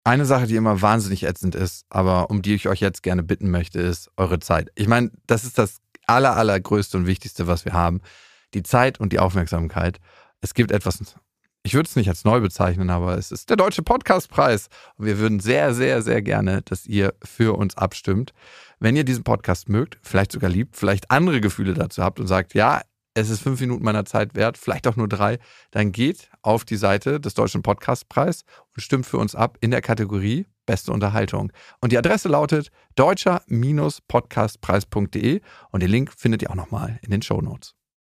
Eine Sache, die immer wahnsinnig ätzend ist, aber um die ich euch jetzt gerne bitten möchte, ist eure Zeit. Ich meine, das ist das allergrößte und Wichtigste, was wir haben. Die Zeit und die Aufmerksamkeit. Es gibt etwas, ich würde es nicht als neu bezeichnen, aber es ist der Deutsche Podcastpreis. Und wir würden sehr, sehr, sehr gerne, dass ihr für uns abstimmt. Wenn ihr diesen Podcast mögt, vielleicht sogar liebt, vielleicht andere Gefühle dazu habt und sagt, ja, es ist 5 Minuten meiner Zeit wert, vielleicht auch nur 3, dann geht auf die Seite des Deutschen Podcastpreis und stimmt für uns ab in der Kategorie Beste Unterhaltung. Und die Adresse lautet deutscher-podcastpreis.de und den Link findet ihr auch nochmal in den Shownotes.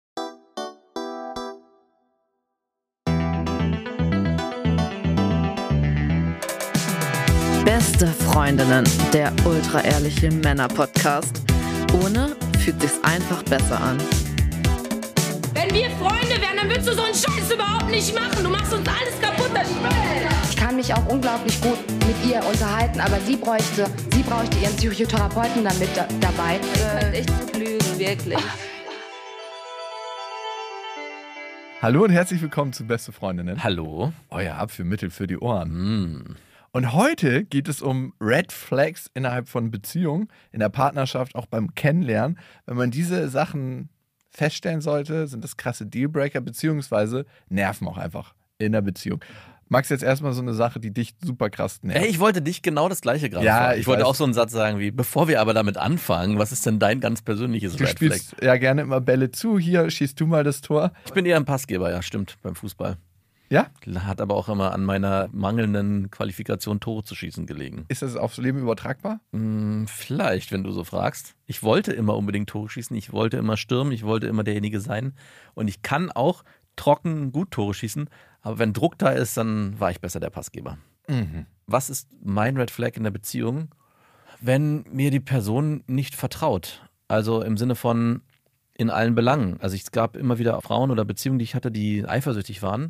Beste Freundinnen, der ultra-ehrliche Männer-Podcast. Ohne fühlt sich's einfach besser an. Wenn wir Freunde wären, dann würdest du so einen Scheiß überhaupt nicht machen. Du machst uns alles kaputt. Ich kann mich auch unglaublich gut mit ihr unterhalten, aber sie bräuchte ihren Psychotherapeuten damit dabei. Ihr könnt echt gut lügen, wirklich. Hallo und herzlich willkommen zu Beste Freundinnen. Hallo. Euer Abführmittel für die Ohren. Und heute geht es um Red Flags innerhalb von Beziehungen, in der Partnerschaft, auch beim Kennenlernen. Wenn man diese Sachen feststellen sollte, sind das krasse Dealbreaker, beziehungsweise nerven auch einfach in der Beziehung. Max, jetzt erstmal so eine Sache, die dich super krass nervt. Hey, ich wollte dich genau das Gleiche gerade fragen. Ich wollte auch so einen Satz sagen wie, bevor wir aber damit anfangen, was ist denn dein ganz persönliches Red Flag? Du spielst ja gerne immer Bälle zu, hier schießt du mal das Tor. Ich bin eher ein Passgeber, ja, stimmt, beim Fußball. Ja? Hat aber auch immer an meiner mangelnden Qualifikation, Tore zu schießen, gelegen. Ist das aufs Leben übertragbar? Vielleicht, wenn du so fragst. Ich wollte immer unbedingt Tore schießen, ich wollte immer stürmen, ich wollte immer derjenige sein. Und ich kann auch trocken gut Tore schießen, aber wenn Druck da ist, dann war ich besser der Passgeber. Was ist mein Red Flag in der Beziehung? Wenn mir die Person nicht vertraut. Also im Sinne von in allen Belangen. Also es gab immer wieder Frauen oder Beziehungen, die ich hatte, die eifersüchtig waren.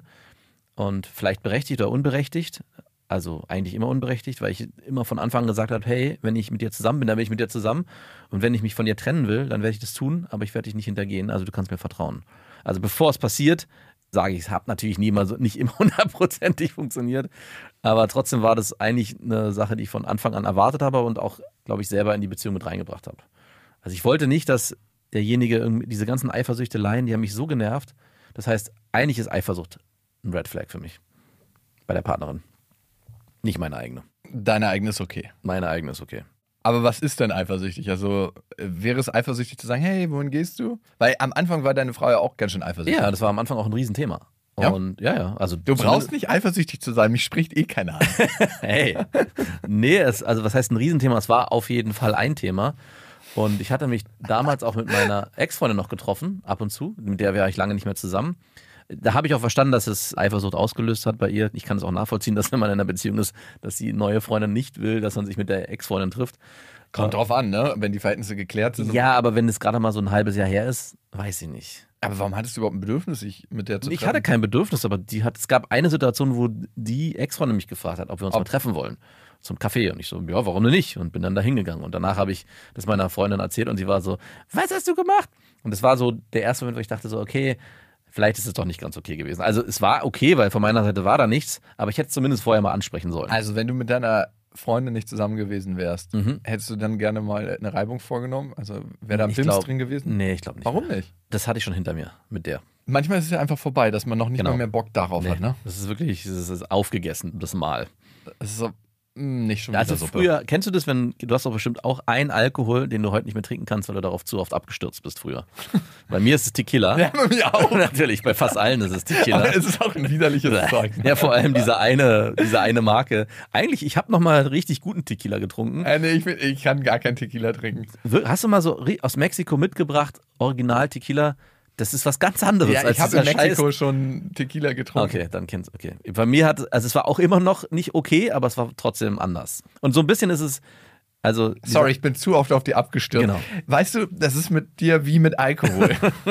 Und vielleicht berechtigt oder unberechtigt, also eigentlich immer unberechtigt, weil ich immer von Anfang an gesagt habe, hey, wenn ich mit dir zusammen bin, dann bin ich mit dir zusammen. Und wenn ich mich von dir trennen will, dann werde ich das tun, aber ich werde dich nicht hintergehen, also du kannst mir vertrauen. Also bevor es passiert, sage ich, es hat natürlich nicht immer 100%ig funktioniert, aber trotzdem war das eigentlich eine Sache, die ich von Anfang an erwartet habe und auch, glaube ich, selber in die Beziehung mit reingebracht habe. Also ich wollte nicht, dass derjenige, diese ganzen Eifersüchteleien, die haben mich so genervt. Das heißt, eigentlich ist Eifersucht ein Red Flag für mich. Bei der Partnerin. Nicht meine eigene. Deine eigene ist okay. Meine eigene ist okay. Aber was ist denn eifersüchtig? Also wäre es eifersüchtig zu sagen, hey, wohin gehst du? Weil am Anfang war deine Frau ja auch ganz schön eifersüchtig. Ja, das war am Anfang auch ein Riesenthema. Ja? Und ja. Also Du brauchst nicht eifersüchtig zu sein, mich spricht eh keiner an. Hey. Nee, also was heißt ein Riesenthema? Es war auf jeden Fall ein Thema. Und ich hatte mich damals auch mit meiner Ex-Freundin noch getroffen, ab und zu. Mit der war ich lange nicht mehr zusammen. Da habe ich auch verstanden, dass es Eifersucht ausgelöst hat bei ihr. Ich kann es auch nachvollziehen, dass wenn man in einer Beziehung ist, dass die neue Freundin nicht will, dass man sich mit der Ex-Freundin trifft. Kommt drauf an, ne? Wenn die Verhältnisse geklärt sind. Ja, aber wenn es gerade mal so ein halbes Jahr her ist, weiß ich nicht. Aber warum hattest du überhaupt ein Bedürfnis, sich mit der zu treffen? Ich hatte kein Bedürfnis, aber es gab eine Situation, wo die Ex-Freundin mich gefragt hat, ob wir uns mal treffen wollen. Zum Café. Und ich so, ja, warum denn nicht? Und bin dann da hingegangen. Und danach habe ich das meiner Freundin erzählt und sie war so, was hast du gemacht? Und das war so der erste Moment, wo ich dachte so, okay, vielleicht ist es doch nicht ganz okay gewesen. Also es war okay, weil von meiner Seite war da nichts, aber ich hätte es zumindest vorher mal ansprechen sollen. Also wenn du mit deiner Freundin nicht zusammen gewesen wärst, hättest du dann gerne mal eine Reibung vorgenommen? Also wäre da ein Pims drin gewesen? Nee, ich glaube nicht. Warum nicht? Das hatte ich schon hinter mir mit der. Manchmal ist es ja einfach vorbei, dass man noch nicht mal mehr Bock darauf hat, ne? Das ist wirklich, das ist aufgegessen, das Mal. Das ist so, nicht schon wieder Also Suppe. früher, kennst du das, du hast doch bestimmt auch einen Alkohol, den du heute nicht mehr trinken kannst, weil du darauf zu oft abgestürzt bist früher. Bei mir ist es Tequila. Ja, bei mir auch. Natürlich, bei fast allen ist es Tequila. Aber es ist auch ein widerliches Zeug. Ja, vor allem diese eine Marke. Eigentlich, ich habe noch mal richtig guten Tequila getrunken. Nee, ich kann gar kein Tequila trinken. Hast du mal so aus Mexiko mitgebracht, Original Tequila? Das ist was ganz anderes. Ja, ich habe in Mexiko schon Tequila getrunken. Okay, dann kennst du, okay. Bei mir es war auch immer noch nicht okay, aber es war trotzdem anders. Und so ein bisschen ist es, also... Sorry, ich bin zu oft auf die abgestürzt. Genau. Weißt du, das ist mit dir wie mit Alkohol.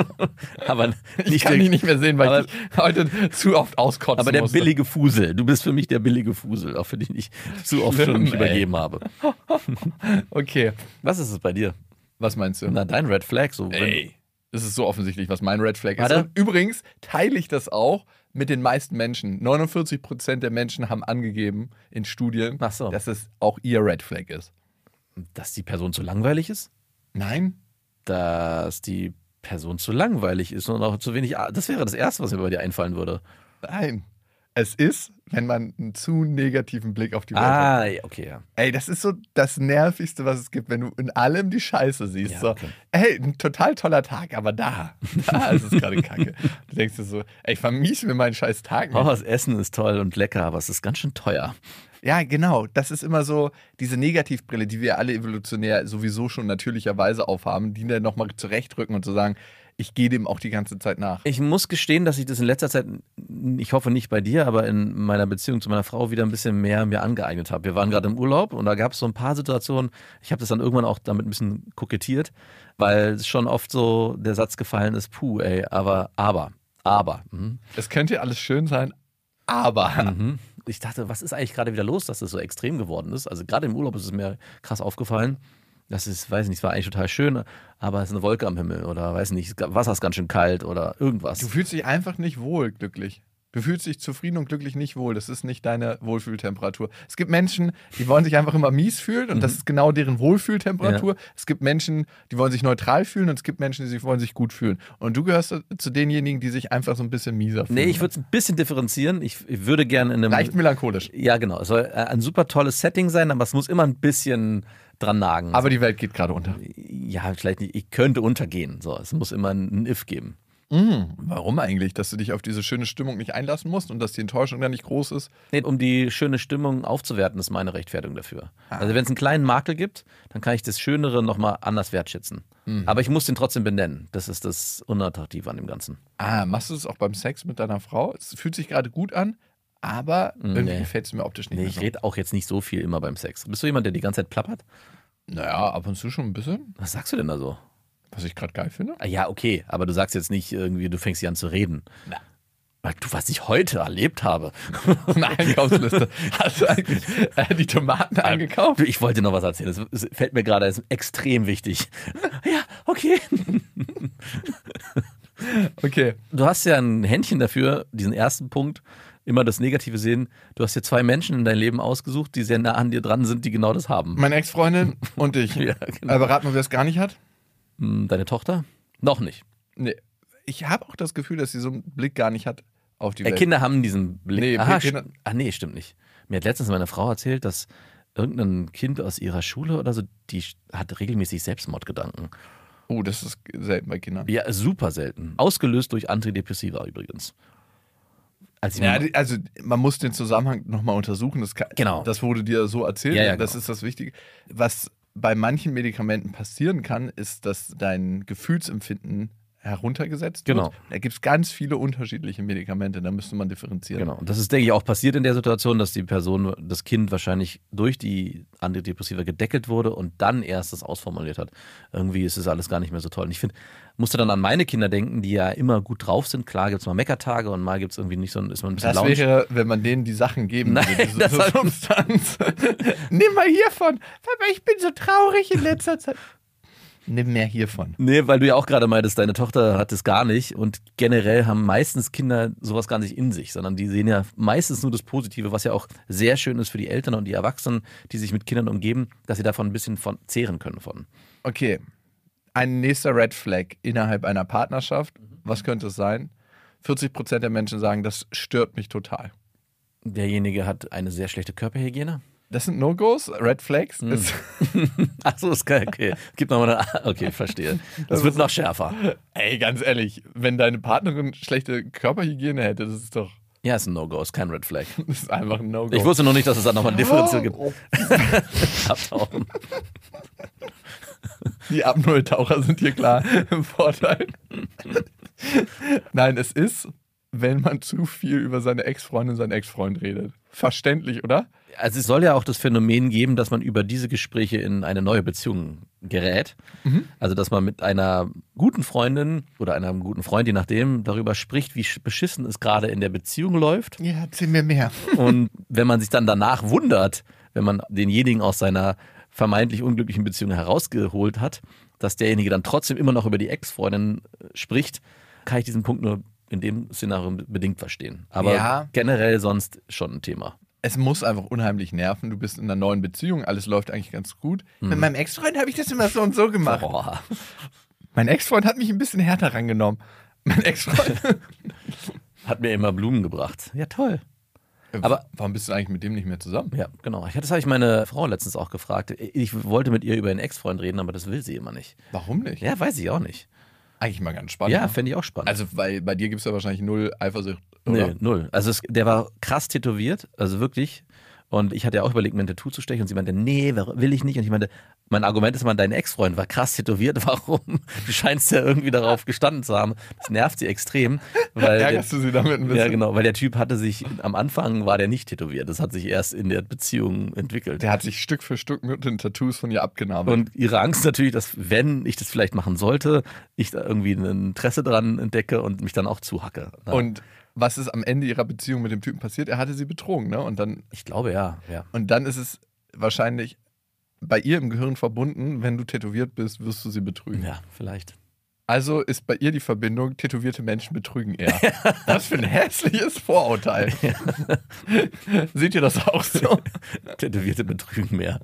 Aber ich kann dich nicht mehr sehen, weil ich heute zu oft auskotzen Aber der musste. billige Fusel. Du bist für mich der billige Fusel, auch für den ich zu oft schon mich übergeben habe. Okay. Was ist es bei dir? Was meinst du? Na, dein Red Flag. So, Das ist so offensichtlich, was mein Red Flag ist. Warte. Und übrigens teile ich das auch mit den meisten Menschen. 49% der Menschen haben angegeben in Studien, Ach so. dass es auch ihr Red Flag ist. Dass die Person zu langweilig ist? Nein? Dass die Person zu langweilig ist und auch zu wenig. Das wäre das Erste, was mir bei dir einfallen würde. Nein. Es ist, wenn man einen zu negativen Blick auf die Welt hat. Ah, ja, okay, ja. Ey, das ist so das Nervigste, was es gibt, wenn du in allem die Scheiße siehst. Ja, so, okay. ey, ein total toller Tag, aber da ist es gerade kacke. Du denkst dir so, ey, ich vermiese mir meinen scheiß Tag nicht. Oh, das Essen ist toll und lecker, aber es ist ganz schön teuer. Ja, genau. Das ist immer so diese Negativbrille, die wir alle evolutionär sowieso schon natürlicherweise aufhaben, die dann nochmal zurechtrücken und zu sagen, ich gehe dem auch die ganze Zeit nach. Ich muss gestehen, dass ich das in letzter Zeit, ich hoffe nicht bei dir, aber in meiner Beziehung zu meiner Frau wieder ein bisschen mehr mir angeeignet habe. Wir waren gerade im Urlaub und da gab es so ein paar Situationen, ich habe das dann irgendwann auch damit ein bisschen kokettiert, weil es schon oft so der Satz gefallen ist, puh, ey, aber. Mhm. Es könnte ja alles schön sein, aber. Mhm. Ich dachte, was ist eigentlich gerade wieder los, dass das so extrem geworden ist? Also gerade im Urlaub ist es mir krass aufgefallen. Das ist, weiß nicht, es war eigentlich total schön, aber es ist eine Wolke am Himmel oder weiß nicht, Wasser ist ganz schön kalt oder irgendwas. Du fühlst dich einfach nicht wohl glücklich. Du fühlst dich zufrieden und glücklich nicht wohl. Das ist nicht deine Wohlfühltemperatur. Es gibt Menschen, die wollen sich einfach immer mies fühlen und das ist genau deren Wohlfühltemperatur. Ja. Es gibt Menschen, die wollen sich neutral fühlen und es gibt Menschen, die wollen sich gut fühlen. Und du gehörst zu denjenigen, die sich einfach so ein bisschen mieser fühlen. Nee, ich würde es ein bisschen differenzieren. Ich würde gerne in einem... Leicht melancholisch. Ja, genau. Es soll ein super tolles Setting sein, aber es muss immer ein bisschen dran nagen. Aber die Welt geht gerade unter. Ja, vielleicht nicht. Ich könnte untergehen. So, es muss immer ein If geben. Warum eigentlich? Dass du dich auf diese schöne Stimmung nicht einlassen musst und dass die Enttäuschung dann nicht groß ist? Nee, um die schöne Stimmung aufzuwerten, ist meine Rechtfertigung dafür. Also wenn es einen kleinen Makel gibt, dann kann ich das Schönere nochmal anders wertschätzen. Aber ich muss den trotzdem benennen. Das ist das Unattraktive an dem Ganzen. Machst du das auch beim Sex mit deiner Frau? Es fühlt sich gerade gut an, aber irgendwie gefällt es mir optisch nicht mehr ich so. rede auch jetzt nicht so viel immer beim Sex. Bist du jemand, der die ganze Zeit plappert? Naja, ab und zu schon ein bisschen. Was sagst du denn da so? Was ich gerade geil finde? Ja, okay, aber du sagst jetzt nicht irgendwie, du fängst hier an zu reden. Na. Weil du, was ich heute erlebt habe. Eine Einkaufsliste. Hast du eigentlich die Tomaten eingekauft? Ich wollte dir noch was erzählen. Das fällt mir gerade als extrem wichtig. Ja, okay. Okay. Du hast ja ein Händchen dafür, diesen ersten Punkt, immer das Negative sehen. Du hast dir 2 Menschen in dein Leben ausgesucht, die sehr nah an dir dran sind, die genau das haben. Meine Ex-Freundin und ich. Ja, genau. Aber rat mal, wer es gar nicht hat? Deine Tochter? Noch nicht. Nee. Ich habe auch das Gefühl, dass sie so einen Blick gar nicht hat auf die Welt. Kinder haben diesen Blick. Nee, Nee, stimmt nicht. Mir hat letztens meine Frau erzählt, dass irgendein Kind aus ihrer Schule oder so, die hat regelmäßig Selbstmordgedanken. Oh, das ist selten bei Kindern. Ja, super selten. Ausgelöst durch Antidepressiva übrigens. Also man muss den Zusammenhang nochmal untersuchen. Genau. Das wurde dir so erzählt. Ja, das genau. ist das Wichtige. Was bei manchen Medikamenten passieren kann, ist, dass dein Gefühlsempfinden heruntergesetzt wird. Genau. Da gibt es ganz viele unterschiedliche Medikamente, da müsste man differenzieren. Genau. Und das ist, denke ich, auch passiert in der Situation, dass die Person, das Kind wahrscheinlich durch die Antidepressiva gedeckelt wurde und dann erst das ausformuliert hat. Irgendwie ist es alles gar nicht mehr so toll. Und ich musste dann an meine Kinder denken, die ja immer gut drauf sind. Klar gibt es mal Meckertage und mal gibt es irgendwie nicht so, ist man ein bisschen Das launisch. wäre, wenn man denen die Sachen geben würde, Nein, diese Substanz. Nimm mal hiervon. Papa, ich bin so traurig in letzter Zeit. Nimm mehr hiervon. Nee, weil du ja auch gerade meintest, deine Tochter hat es gar nicht und generell haben meistens Kinder sowas gar nicht in sich, sondern die sehen ja meistens nur das Positive, was ja auch sehr schön ist für die Eltern und die Erwachsenen, die sich mit Kindern umgeben, dass sie davon ein bisschen zehren können von. Okay, ein nächster Red Flag innerhalb einer Partnerschaft, was könnte es sein? 40% der Menschen sagen, das stört mich total. Derjenige hat eine sehr schlechte Körperhygiene. Das sind No-Gos, Red Flags. Achso, ist geil, okay. Gibt nochmal eine. Okay, verstehe. Das wird noch schärfer. Ey, ganz ehrlich, wenn deine Partnerin schlechte Körperhygiene hätte, das ist doch. Ja, ist ein No-Go, ist kein Red Flag. Das ist einfach ein No-Go. Ich wusste noch nicht, dass es da nochmal ein Differenzial gibt. Abtauchen. Die Apnoe-Taucher sind hier klar im Vorteil. Nein, es ist, wenn man zu viel über seine Ex-Freundin, seinen Ex-Freund redet. Verständlich, oder? Also es soll ja auch das Phänomen geben, dass man über diese Gespräche in eine neue Beziehung gerät. Also dass man mit einer guten Freundin oder einem guten Freund, je nachdem, darüber spricht, wie beschissen es gerade in der Beziehung läuft. Ja, erzähl mir mehr. Und wenn man sich dann danach wundert, wenn man denjenigen aus seiner vermeintlich unglücklichen Beziehung herausgeholt hat, dass derjenige dann trotzdem immer noch über die Ex-Freundin spricht, kann ich diesen Punkt nur in dem Szenario bedingt verstehen. Aber Ja. generell sonst schon ein Thema. Es muss einfach unheimlich nerven. Du bist in einer neuen Beziehung, alles läuft eigentlich ganz gut. Mit meinem Ex-Freund habe ich das immer so und so gemacht. Boah. Mein Ex-Freund hat mich ein bisschen härter rangenommen. Mein Ex-Freund. Hat mir immer Blumen gebracht. Ja, toll. Aber- warum bist du eigentlich mit dem nicht mehr zusammen? Ja, genau. Das habe ich meine Frau letztens auch gefragt. Ich wollte mit ihr über einen Ex-Freund reden, aber das will sie immer nicht. Warum nicht? Ja, weiß ich auch nicht. Eigentlich mal ganz spannend. Ja, ne? fände ich auch spannend. Also, weil bei dir gibt es ja wahrscheinlich null Eifersucht, oder? Nee, null. Also der war krass tätowiert, also wirklich. Und ich hatte ja auch überlegt, mir ein Tattoo zu stechen. Und sie meinte, nee, will ich nicht. Und ich meinte, mein Argument ist mal, dein Ex-Freund war krass tätowiert. Warum? Du scheinst ja irgendwie darauf gestanden zu haben. Das nervt sie extrem. Weil Ärgerst du sie damit ein bisschen? Ja, genau. Weil der Typ hatte sich, am Anfang war der nicht tätowiert. Das hat sich erst in der Beziehung entwickelt. Der hat sich Stück für Stück mit den Tattoos von ihr abgenommen. Und ihre Angst natürlich, dass, wenn ich das vielleicht machen sollte, ich da irgendwie ein Interesse dran entdecke und mich dann auch zuhacke. Ja. Und was ist am Ende ihrer Beziehung mit dem Typen passiert? Er hatte sie betrogen, ne? Und Ich glaube, ja. dann ist es wahrscheinlich bei ihr im Gehirn verbunden, wenn du tätowiert bist, wirst du sie betrügen. Ja, vielleicht. Also ist bei ihr die Verbindung, tätowierte Menschen betrügen eher. Was für ein hässliches Vorurteil. Seht ihr das auch so? Tätowierte betrügen mehr.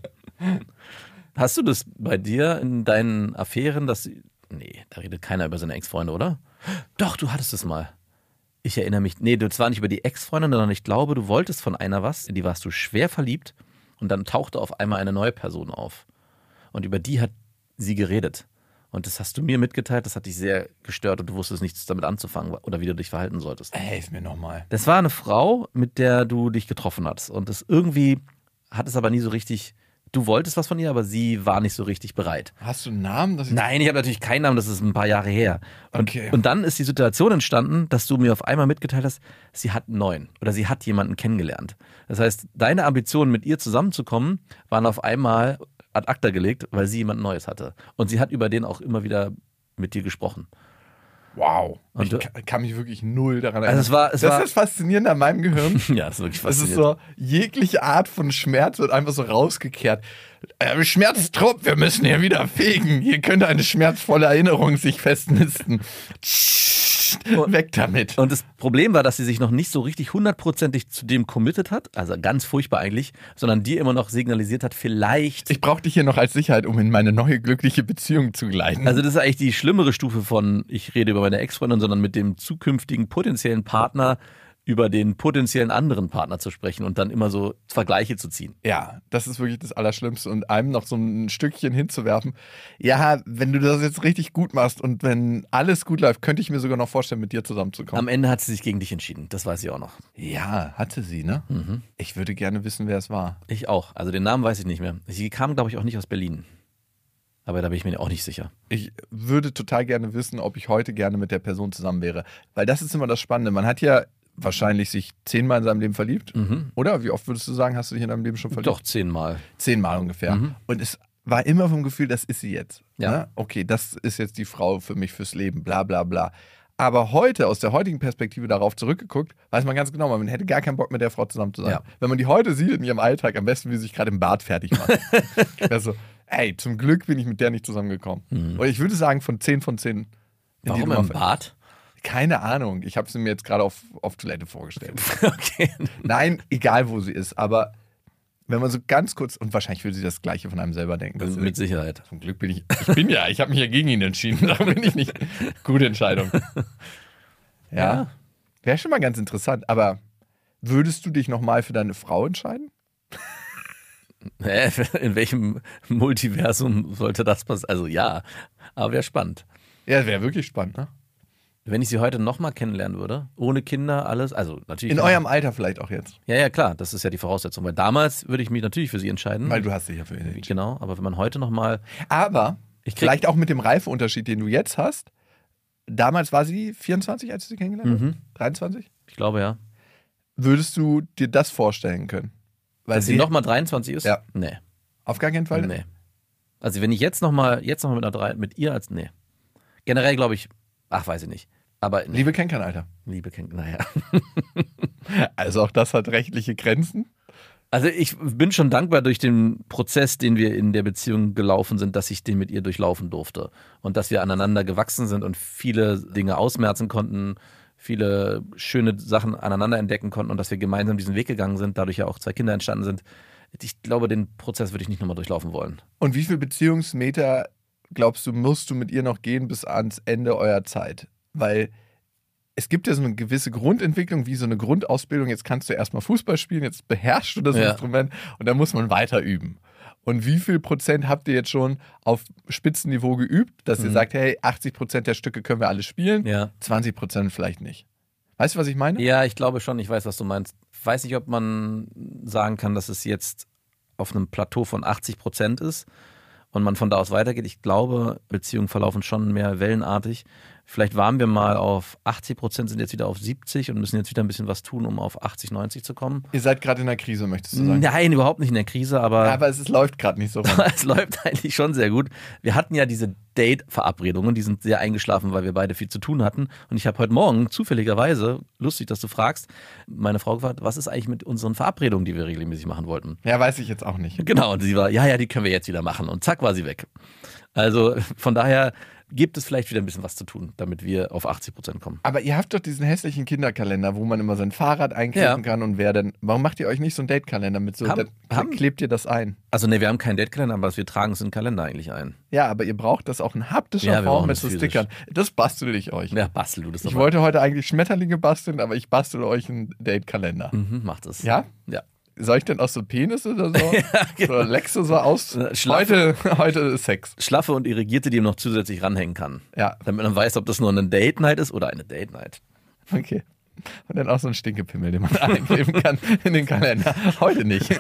Hast du das bei dir in deinen Affären, dass... Nee, da redet keiner über seine Ex-Freunde, oder? Doch, du hattest es mal. Ich erinnere mich... Nee, das war nicht über die Ex-Freundin, sondern ich glaube, du wolltest von einer was, in die warst du schwer verliebt und dann tauchte auf einmal eine neue Person auf. Und über die hat sie geredet. Und das hast du mir mitgeteilt, das hat dich sehr gestört und du wusstest nichts damit anzufangen oder wie du dich verhalten solltest. Hilf mir nochmal. Das war eine Frau, mit der du dich getroffen hast. Und das irgendwie hat es aber nie so richtig. Du wolltest was von ihr, aber sie war nicht so richtig bereit. Hast du einen Namen? Dass ich Nein, ich habe natürlich keinen Namen, das ist ein paar Jahre her. Okay. Und dann ist die Situation entstanden, dass du mir auf einmal mitgeteilt hast, sie hat einen neuen oder sie hat jemanden kennengelernt. Das heißt, deine Ambitionen, mit ihr zusammenzukommen, waren auf einmal ad acta gelegt, weil sie jemand Neues hatte. Und sie hat über den auch immer wieder mit dir gesprochen. Wow. Und Ich kann mich wirklich null daran erinnern. Also es war das ist das Faszinierende an meinem Gehirn. ja, das ist wirklich Es ist faszinierend. so, jegliche Art von Schmerz wird einfach so rausgekehrt. Schmerztrupp, wir müssen hier wieder fegen. Hier könnte eine schmerzvolle Erinnerung sich festnisten. Weg damit. Und das Problem war, dass sie sich noch nicht so richtig hundertprozentig zu dem committed hat, also ganz furchtbar eigentlich, sondern dir immer noch signalisiert hat, vielleicht. Ich brauche dich hier noch als Sicherheit, um in meine neue glückliche Beziehung zu gleiten. Also das ist eigentlich die schlimmere Stufe von, ich rede über meine Ex-Freundin, sondern mit dem zukünftigen potenziellen Partner über den potenziellen anderen Partner zu sprechen und dann immer so Vergleiche zu ziehen. Ja, das ist wirklich das Allerschlimmste. Und einem noch so ein Stückchen hinzuwerfen. Ja, wenn du das jetzt richtig gut machst und wenn alles gut läuft, könnte ich mir sogar noch vorstellen, mit dir zusammenzukommen. Am Ende hat sie sich gegen dich entschieden, das weiß ich auch noch. Ja, hatte sie, ne? Ich würde gerne wissen, wer es war. Ich auch, also den Namen weiß ich nicht mehr. Sie kam, glaube ich, auch nicht aus Berlin. Aber da bin ich mir auch nicht sicher. Ich würde total gerne wissen, ob ich heute gerne mit der Person zusammen wäre. Weil das ist immer das Spannende. Man hat ja wahrscheinlich sich 10-mal in seinem Leben verliebt. Oder? Wie oft würdest du sagen, hast du dich in deinem Leben schon verliebt? Doch, 10-mal. 10-mal ungefähr. Und es war immer vom Gefühl, das ist sie jetzt. Ja. Ne? Okay, das ist jetzt die Frau für mich fürs Leben, bla bla bla. Aber heute, aus der heutigen Perspektive darauf zurückgeguckt, weiß man ganz genau, man hätte gar keinen Bock mit der Frau zusammen zu sein. Ja. Wenn man die heute sieht in ihrem Alltag, am besten, wie sie sich gerade im Bad fertig macht. Also, ey, zum Glück bin ich mit der nicht zusammengekommen. Und ich würde sagen, von 10 von 10. Warum im Bad? Keine Ahnung. Ich habe sie mir jetzt gerade auf Toilette vorgestellt. Okay. Nein, egal wo sie ist. Aber wenn man so ganz kurz, und wahrscheinlich würde sie das Gleiche von einem selber denken. Das Mit Sicherheit. Zum Glück bin ich habe mich ja gegen ihn entschieden. Darum bin ich nicht. Gute Entscheidung. Ja. Wäre schon mal ganz interessant. Aber würdest du dich nochmal für deine Frau entscheiden? In welchem Multiversum sollte das passieren? Also ja, aber wäre spannend. Ja, wäre wirklich spannend, ne? Wenn ich sie heute nochmal kennenlernen würde, ohne Kinder, alles, also natürlich. In eurem Alter vielleicht auch jetzt. Ja, klar, das ist ja die Voraussetzung. Weil damals würde ich mich natürlich für sie entscheiden. Weil du hast dich ja für ihn entschieden. Genau, aber wenn man heute nochmal. Aber vielleicht auch mit dem Reifeunterschied, den du jetzt hast. Damals war sie 24, als du sie kennengelernt hast? 23? Ich glaube ja. Würdest du dir das vorstellen können? Weil Dass sie nochmal 23 ist? Ja. Nee. Auf gar keinen Fall? Nee. Also wenn ich jetzt nochmal mit ihr als. Nee. Generell glaube ich, weiß ich nicht. Aber nee. Liebe kennt kein Alter. Liebe kennt, naja. Also auch das hat rechtliche Grenzen. Also ich bin schon dankbar durch den Prozess, den wir in der Beziehung gelaufen sind, dass ich den mit ihr durchlaufen durfte. Und dass wir aneinander gewachsen sind und viele Dinge ausmerzen konnten, viele schöne Sachen aneinander entdecken konnten und dass wir gemeinsam diesen Weg gegangen sind, dadurch ja auch 2 Kinder entstanden sind. Ich glaube, den Prozess würde ich nicht nochmal durchlaufen wollen. Und wie viele Beziehungsmeter, glaubst du, musst du mit ihr noch gehen bis ans Ende eurer Zeit? Weil es gibt ja so eine gewisse Grundentwicklung, wie so eine Grundausbildung. Jetzt kannst du erstmal Fußball spielen, jetzt beherrschst du das Instrument und dann muss man weiter üben. Und wie viel Prozent habt ihr jetzt schon auf Spitzenniveau geübt, dass ihr sagt, hey, 80% der Stücke können wir alle spielen, 20% vielleicht nicht? Weißt du, was ich meine? Ja, ich glaube schon, ich weiß, was du meinst. Ich weiß nicht, ob man sagen kann, dass es jetzt auf einem Plateau von 80% ist und man von da aus weitergeht. Ich glaube, Beziehungen verlaufen schon mehr wellenartig. Vielleicht waren wir mal auf 80%, sind jetzt wieder auf 70 und müssen jetzt wieder ein bisschen was tun, um auf 80, 90 zu kommen. Ihr seid gerade in der Krise, möchtest du sagen? Nein, überhaupt nicht in der Krise, aber es läuft gerade nicht so. Es läuft eigentlich schon sehr gut. Wir hatten ja diese Date-Verabredungen, die sind sehr eingeschlafen, weil wir beide viel zu tun hatten. Und ich habe heute Morgen zufälligerweise, lustig, dass du fragst, meine Frau gefragt, was ist eigentlich mit unseren Verabredungen, die wir regelmäßig machen wollten? Ja, weiß ich jetzt auch nicht. Genau, und sie war, ja, die können wir jetzt wieder machen. Und zack, war sie weg. Also von daher gibt es vielleicht wieder ein bisschen was zu tun, damit wir auf 80% kommen. Aber ihr habt doch diesen hässlichen Kinderkalender, wo man immer sein Fahrrad einkleben kann und wer denn. Warum macht ihr euch nicht so einen Datekalender mit so? Klebt ihr das ein? Also ne, wir haben keinen Datekalender, aber was wir tragen, ist einen Kalender eigentlich ein. Ja, aber ihr braucht das auch in haptischer Form mit so Stickern. Das bastel ich euch. Ja, bastel du das doch. Ich wollte heute eigentlich Schmetterlinge basteln, aber ich bastel euch einen Datekalender. Macht es. Ja? Ja. Soll ich denn aus so Penis oder so? Ja, genau. So leckst du so aus? Heute ist Sex. Schlaffe und irrigierte, die man noch zusätzlich ranhängen kann. Ja. Damit man weiß, ob das nur eine Date-Night ist oder eine Date-Night. Okay. Und dann auch so ein Stinkepimmel, den man einkleben kann in den Kalender. Heute nicht.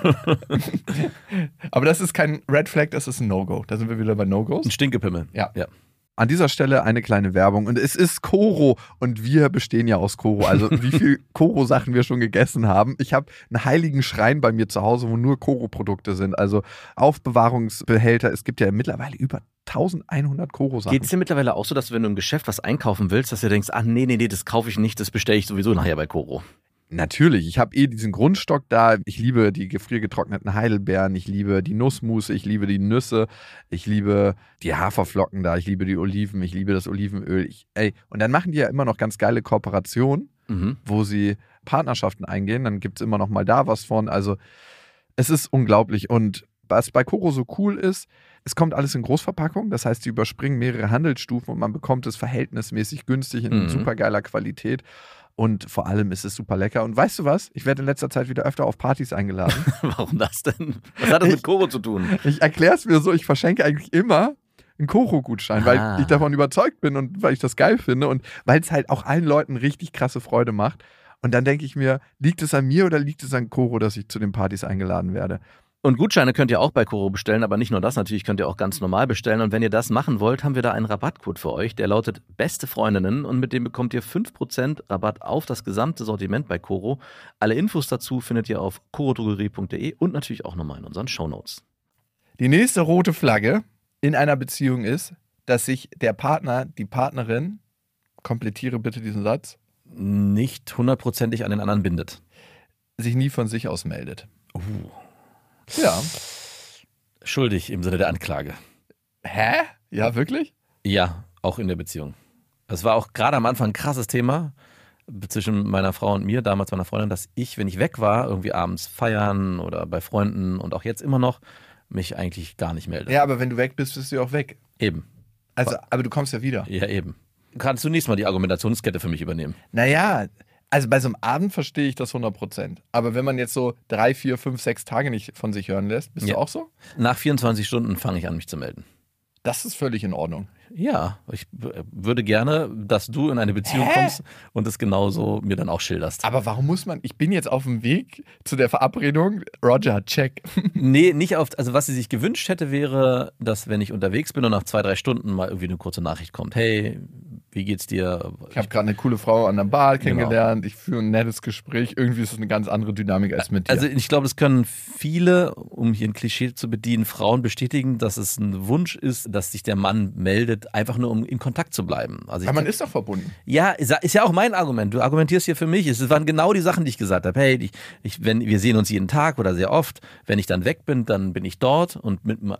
Aber das ist kein Red Flag, das ist ein No-Go. Da sind wir wieder bei No-Gos. Ein Stinkepimmel. Ja. An dieser Stelle eine kleine Werbung und es ist Koro und wir bestehen ja aus Koro, also wie viel Koro-Sachen wir schon gegessen haben. Ich habe einen heiligen Schrein bei mir zu Hause, wo nur Koro-Produkte sind, also Aufbewahrungsbehälter. Es gibt ja mittlerweile über 1100 Koro-Sachen. Geht es dir mittlerweile auch so, dass wenn du im Geschäft was einkaufen willst, dass du denkst, nee, das kaufe ich nicht, das bestelle ich sowieso nachher bei Koro? Natürlich, ich habe diesen Grundstock da. Ich liebe die gefriergetrockneten Heidelbeeren, ich liebe die Nussmusse, ich liebe die Nüsse, ich liebe die Haferflocken da, ich liebe die Oliven, ich liebe das Olivenöl. Und dann machen die ja immer noch ganz geile Kooperationen, wo sie Partnerschaften eingehen. Dann gibt es immer noch mal da was von. Also es ist unglaublich. Und was bei Koro so cool ist, es kommt alles in Großverpackung. Das heißt, sie überspringen mehrere Handelsstufen und man bekommt es verhältnismäßig günstig in super geiler Qualität. Und vor allem ist es super lecker. Und weißt du was? Ich werde in letzter Zeit wieder öfter auf Partys eingeladen. Warum das denn? Was hat das mit Koro zu tun? Ich erkläre es mir so, ich verschenke eigentlich immer einen Koro-Gutschein, weil ich davon überzeugt bin und weil ich das geil finde und weil es halt auch allen Leuten richtig krasse Freude macht. Und dann denke ich mir, liegt es an mir oder liegt es an Koro, dass ich zu den Partys eingeladen werde? Und Gutscheine könnt ihr auch bei Koro bestellen, aber nicht nur das, natürlich könnt ihr auch ganz normal bestellen. Und wenn ihr das machen wollt, haben wir da einen Rabattcode für euch, der lautet Beste Freundinnen und mit dem bekommt ihr 5% Rabatt auf das gesamte Sortiment bei Koro. Alle Infos dazu findet ihr auf korodrogerie.de und natürlich auch nochmal in unseren Shownotes. Die nächste rote Flagge in einer Beziehung ist, dass sich der Partner, die Partnerin, komplettiere bitte diesen Satz, nicht 100%ig an den anderen bindet. Sich nie von sich aus meldet. Ja. Schuldig im Sinne der Anklage. Hä? Ja, wirklich? Ja, auch in der Beziehung. Es war auch gerade am Anfang ein krasses Thema zwischen meiner Frau und mir, damals meiner Freundin, dass ich, wenn ich weg war, irgendwie abends feiern oder bei Freunden und auch jetzt immer noch, mich eigentlich gar nicht melde. Ja, aber wenn du weg bist, bist du ja auch weg. Eben. Also, aber du kommst ja wieder. Ja, eben. Kannst du nächstes Mal die Argumentationskette für mich übernehmen? Naja, also bei so einem Abend verstehe ich das 100%. Aber wenn man jetzt so 3, 4, 5, 6 Tage nicht von sich hören lässt, bist du auch so? Nach 24 Stunden fange ich an, mich zu melden. Das ist völlig in Ordnung. Ja, ich würde gerne, dass du in eine Beziehung kommst und es genauso mir dann auch schilderst. Aber warum muss man, ich bin jetzt auf dem Weg zu der Verabredung, Roger, check. Nee, nicht auf, also was sie sich gewünscht hätte, wäre, dass wenn ich unterwegs bin und nach 2, 3 Stunden mal irgendwie eine kurze Nachricht kommt, hey, wie geht's dir? Ich habe gerade eine coole Frau an der Bar kennengelernt, ich führe ein nettes Gespräch, irgendwie ist es eine ganz andere Dynamik als mit dir. Also ich glaube, es können viele, um hier ein Klischee zu bedienen, Frauen bestätigen, dass es ein Wunsch ist, dass sich der Mann meldet, einfach nur um in Kontakt zu bleiben. Also aber man ist doch verbunden. Ja, ist ja auch mein Argument. Du argumentierst hier für mich. Es waren genau die Sachen, die ich gesagt habe. Hey, wir sehen uns jeden Tag oder sehr oft. Wenn ich dann weg bin, dann bin ich dort und mit einer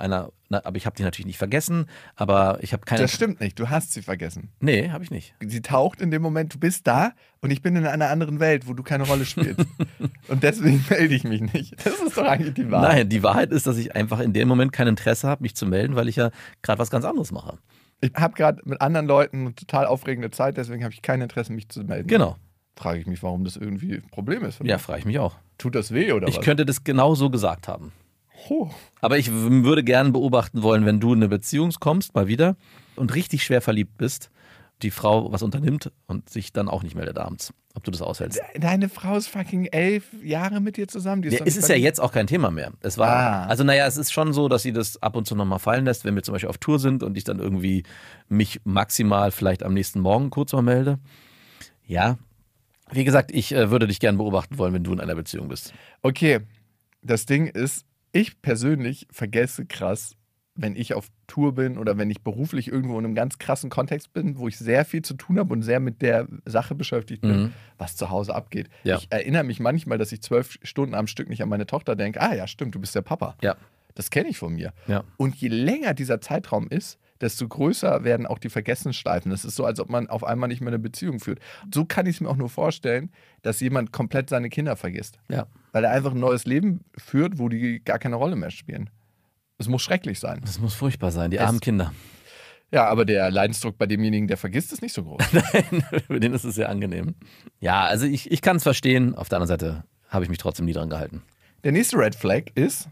aber ich habe die natürlich nicht vergessen, aber ich habe keine... Das stimmt nicht, du hast sie vergessen. Nee, habe ich nicht. Sie taucht in dem Moment, du bist da und ich bin in einer anderen Welt, wo du keine Rolle spielst. Und deswegen melde ich mich nicht. Das ist doch eigentlich die Wahrheit. Nein, die Wahrheit ist, dass ich einfach in dem Moment kein Interesse habe, mich zu melden, weil ich ja gerade was ganz anderes mache. Ich habe gerade mit anderen Leuten eine total aufregende Zeit, deswegen habe ich kein Interesse, mich zu melden. Genau. Frage ich mich, warum das irgendwie ein Problem ist. Ja, frage ich mich auch. Tut das weh oder was? Ich könnte das genau so gesagt haben. Oh. Aber ich würde gerne beobachten wollen, wenn du in eine Beziehung kommst, mal wieder, und richtig schwer verliebt bist, die Frau was unternimmt und sich dann auch nicht meldet abends. Ob du das aushältst. Deine Frau ist fucking 11 Jahre mit dir zusammen. Die ist Ja, es ist ja jetzt auch kein Thema mehr. Es war, also naja, es ist schon so, dass sie das ab und zu nochmal fallen lässt, wenn wir zum Beispiel auf Tour sind und ich dann irgendwie mich maximal vielleicht am nächsten Morgen kurz mal melde. Ja, wie gesagt, ich würde dich gerne beobachten wollen, wenn du in einer Beziehung bist. Okay, das Ding ist, ich persönlich vergesse krass, wenn ich auf Tour bin oder wenn ich beruflich irgendwo in einem ganz krassen Kontext bin, wo ich sehr viel zu tun habe und sehr mit der Sache beschäftigt bin, was zu Hause abgeht. Ja. Ich erinnere mich manchmal, dass ich 12 Stunden am Stück nicht an meine Tochter denke. Ah ja, stimmt, du bist der Papa. Ja. Das kenne ich von mir. Ja. Und je länger dieser Zeitraum ist, desto größer werden auch die Vergessensschleifen. Das ist so, als ob man auf einmal nicht mehr eine Beziehung führt. So kann ich es mir auch nur vorstellen, dass jemand komplett seine Kinder vergisst. Ja. Weil er einfach ein neues Leben führt, wo die gar keine Rolle mehr spielen. Es muss schrecklich sein. Das muss furchtbar sein, die armen Kinder. Ja, aber der Leidensdruck bei demjenigen, der vergisst, ist nicht so groß. Nein, für den ist es sehr angenehm. Ja, also ich kann es verstehen. Auf der anderen Seite habe ich mich trotzdem nie dran gehalten. Der nächste Red Flag ist...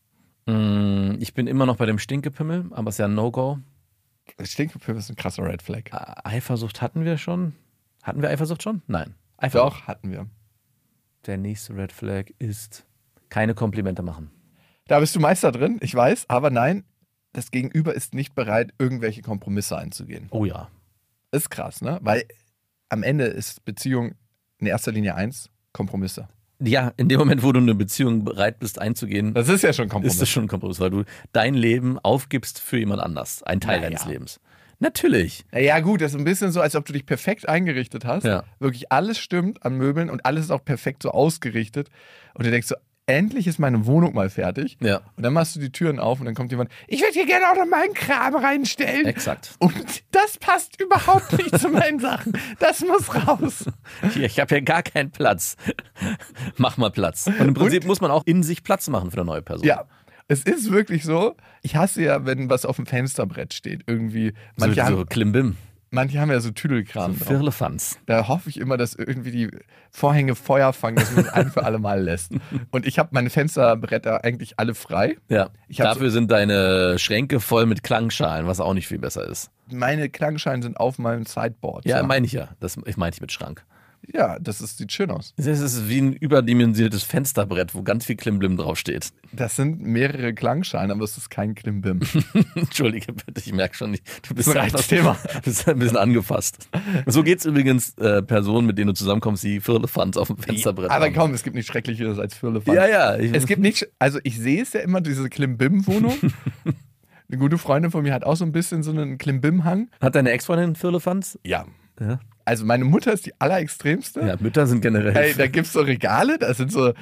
Ich bin immer noch bei dem Stinkepimmel, aber es ist ja ein No-Go. Stinkepimmel ist ein krasser Red Flag. Eifersucht hatten wir schon. Hatten wir Eifersucht schon? Nein. Eifersucht. Doch, hatten wir. Der nächste Red Flag ist keine Komplimente machen. Da bist du Meister drin, ich weiß, aber nein, das Gegenüber ist nicht bereit, irgendwelche Kompromisse einzugehen. Oh ja. Ist krass, ne? Weil am Ende ist Beziehung in erster Linie 1, Kompromisse. Ja, in dem Moment, wo du eine Beziehung bereit bist einzugehen, Das ist ja schon Kompromiss. ist das schon ein Kompromiss, weil du dein Leben aufgibst für jemand anders. Ein Teil deines Lebens. Natürlich. Ja gut, das ist ein bisschen so, als ob du dich perfekt eingerichtet hast. Ja. Wirklich alles stimmt an Möbeln und alles ist auch perfekt so ausgerichtet. Und du denkst so, endlich ist meine Wohnung mal fertig. Ja. Und dann machst du die Türen auf und dann kommt jemand, ich würde hier gerne auch noch meinen Kram reinstellen. Exakt. Und das passt überhaupt nicht zu meinen Sachen. Das muss raus. Hier, ich habe hier gar keinen Platz. Mach mal Platz. Und im Prinzip muss man auch in sich Platz machen für eine neue Person. Ja, es ist wirklich so. Ich hasse ja, wenn was auf dem Fensterbrett steht. Irgendwie. So Klimbim. Manche haben ja so Tüdelkram drauf. Firlefanz. Da hoffe ich immer, dass irgendwie die Vorhänge Feuer fangen, dass man es ein für alle Mal lässt. Und ich habe meine Fensterbretter eigentlich alle frei. Ja. Ich hab Dafür sind deine Schränke voll mit Klangschalen, was auch nicht viel besser ist. Meine Klangschalen sind auf meinem Sideboard. Ja, so. meine ich ja. Das meine ich mit Schrank. Ja, sieht schön aus. Das ist wie ein überdimensioniertes Fensterbrett, wo ganz viel Klimbim draufsteht. Das sind mehrere Klangschalen, aber es ist kein Klimbim. Entschuldige bitte, ich merke schon nicht. Du bist Das ist ein Reizthema. bist ein bisschen angefasst. So geht's übrigens Personen, mit denen du zusammenkommst, die Firlefanz auf dem Fensterbrett Aber haben. komm, es gibt nichts Schrecklicheres als Firlefanz. Ja. Es gibt nicht, also ich sehe es ja immer, diese Klimbim-Wohnung. Eine gute Freundin von mir hat auch so ein bisschen so einen Klimbim-Hang. Hat deine Ex-Freundin Firlefanz? Ja. Ja. Also meine Mutter ist die allerextremste. Ja, Mütter sind generell. Ey, da gibt es so Regale, da sind so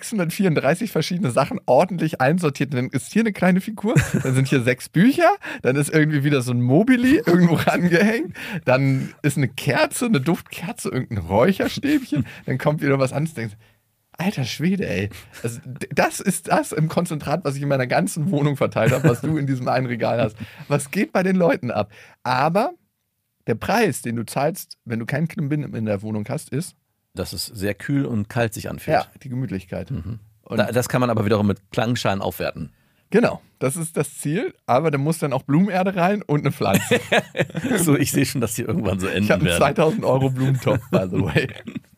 634 verschiedene Sachen ordentlich einsortiert. Und dann ist hier eine kleine Figur, dann sind hier 6 Bücher, dann ist irgendwie wieder so ein Mobili irgendwo rangehängt, dann ist eine Kerze, eine Duftkerze, irgendein Räucherstäbchen, dann kommt wieder was anderes. Denkst, alter Schwede, ey. Also, das ist das im Konzentrat, was ich in meiner ganzen Wohnung verteilt habe, was du in diesem einen Regal hast. Was geht bei den Leuten ab? Aber der Preis, den du zahlst, wenn du keinen Klimbim in der Wohnung hast, ist, dass es sehr kühl und kalt sich anfühlt. ja, die Gemütlichkeit. Und Und das kann man aber wiederum mit Klangschalen aufwerten. genau, das ist das Ziel, aber da muss dann auch Blumenerde rein und eine Pflanze. So, ich sehe schon, dass die irgendwann so Ich enden habe einen werden. 2000 Euro Blumentopf, by the way.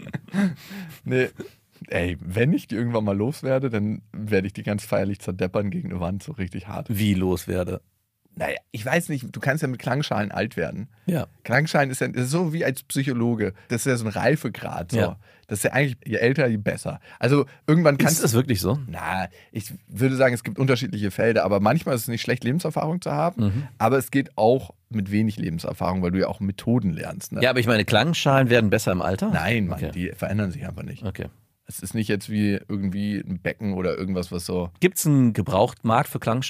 Nee, ey, wenn ich die irgendwann mal loswerde, dann werde ich die ganz feierlich zerdeppern gegen eine Wand, so richtig hart. Wie loswerde. Naja, ich weiß nicht, du kannst ja mit Klangschalen alt werden. Ja. Klangschalen ist ja ist so wie als Psychologe. Das ist ja so ein Reifegrad. So. Ja. Das ist ja eigentlich, je älter, je besser. Also irgendwann kannst Ist das wirklich so? Na, ich würde sagen, es gibt unterschiedliche Felder, aber manchmal ist es nicht schlecht, Lebenserfahrung zu haben. Aber es geht auch mit wenig Lebenserfahrung, weil du ja auch Methoden lernst. Ne? Ja, aber ich meine, Klangschalen werden besser im Alter? Nein, Mann, Okay. die verändern sich einfach nicht. Okay. Es ist nicht jetzt wie irgendwie ein Becken oder irgendwas, was so. Gibt es einen Gebrauchtmarkt für Klangschalen?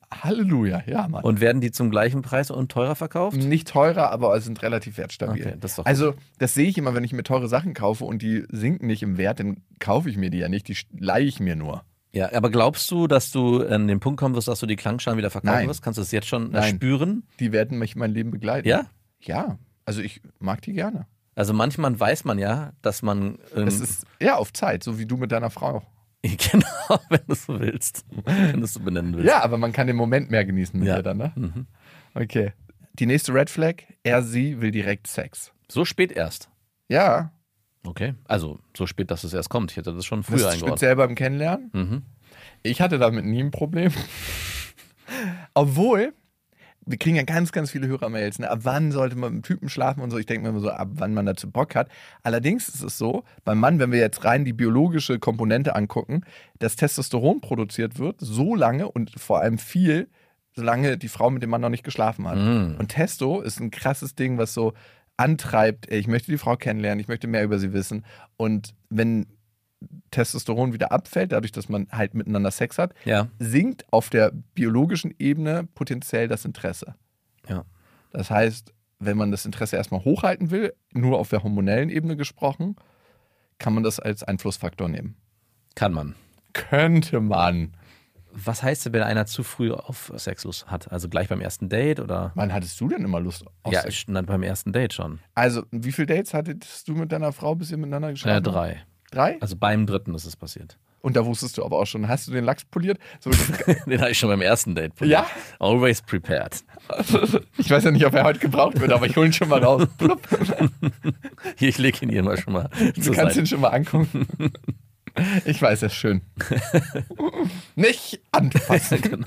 Halleluja, ja, Mann. Und werden die zum gleichen Preis und teurer verkauft? Nicht teurer, aber sind relativ wertstabil. Okay, das ist doch also, das sehe ich immer, wenn ich mir teure Sachen kaufe und die sinken nicht im Wert, dann kaufe ich mir die ja nicht, die leihe ich mir nur. Ja, aber glaubst du, dass du an den Punkt kommen wirst, dass du die Klangschalen wieder verkaufen Nein. wirst? Kannst du das jetzt schon Nein. spüren? Die werden mich mein Leben begleiten. Ja? Ja, also ich mag die gerne. Also manchmal weiß man ja, dass man... Es ist ja auf Zeit, so wie du mit deiner Frau. Genau, wenn du es so willst. Wenn du es so benennen willst. Ja, aber man kann den Moment mehr genießen mit Ja. ihr dann, ne? Mhm. Okay. Die nächste Red Flag, sie will direkt Sex. So spät erst. Ja, Okay. Also so spät, dass es erst kommt. Ich hätte das schon das früher ist eingeordnet. speziell beim Kennenlernen. Mhm. Ich hatte damit nie ein Problem. Obwohl, wir kriegen ja ganz, ganz viele Hörermails. Ne? Ab wann sollte man mit dem Typen schlafen und so? Ich denke mir immer so, ab wann man dazu Bock hat. Allerdings ist es so, beim Mann, wenn wir jetzt rein die biologische Komponente angucken, dass Testosteron produziert wird, so lange und vor allem viel, solange die Frau mit dem Mann noch nicht geschlafen hat. Und Testo ist ein krasses Ding, was so antreibt, ey, ich möchte die Frau kennenlernen, ich möchte mehr über sie wissen. Und wenn Testosteron wieder abfällt, dadurch, dass man halt miteinander Sex hat, Ja. sinkt auf der biologischen Ebene potenziell das Interesse. Ja. Das heißt, wenn man das Interesse erstmal hochhalten will, nur auf der hormonellen Ebene gesprochen, kann man das als Einflussfaktor nehmen. Kann man. Könnte man. Was heißt denn, wenn einer zu früh auf Sexlust hat? Also gleich beim ersten Date oder? Wann hattest du denn immer Lust auf Ja, Sex? beim ersten Date schon. Also, wie viele Dates hattest du mit deiner Frau, bis ihr miteinander geschlafen habt? 3. 3? Also beim dritten ist es passiert. Und da wusstest du aber auch schon, hast du den Lachs poliert? So, Den hatte ich schon beim ersten Date. Ja? Always prepared. ich weiß ja nicht, ob er heute gebraucht wird, aber ich hole ihn schon mal raus. Plupp. Hier, ich lege ihn hier mal schon mal Du zur kannst Seite. ihn schon mal angucken. Ich weiß, er ist schön. Nicht anfassen.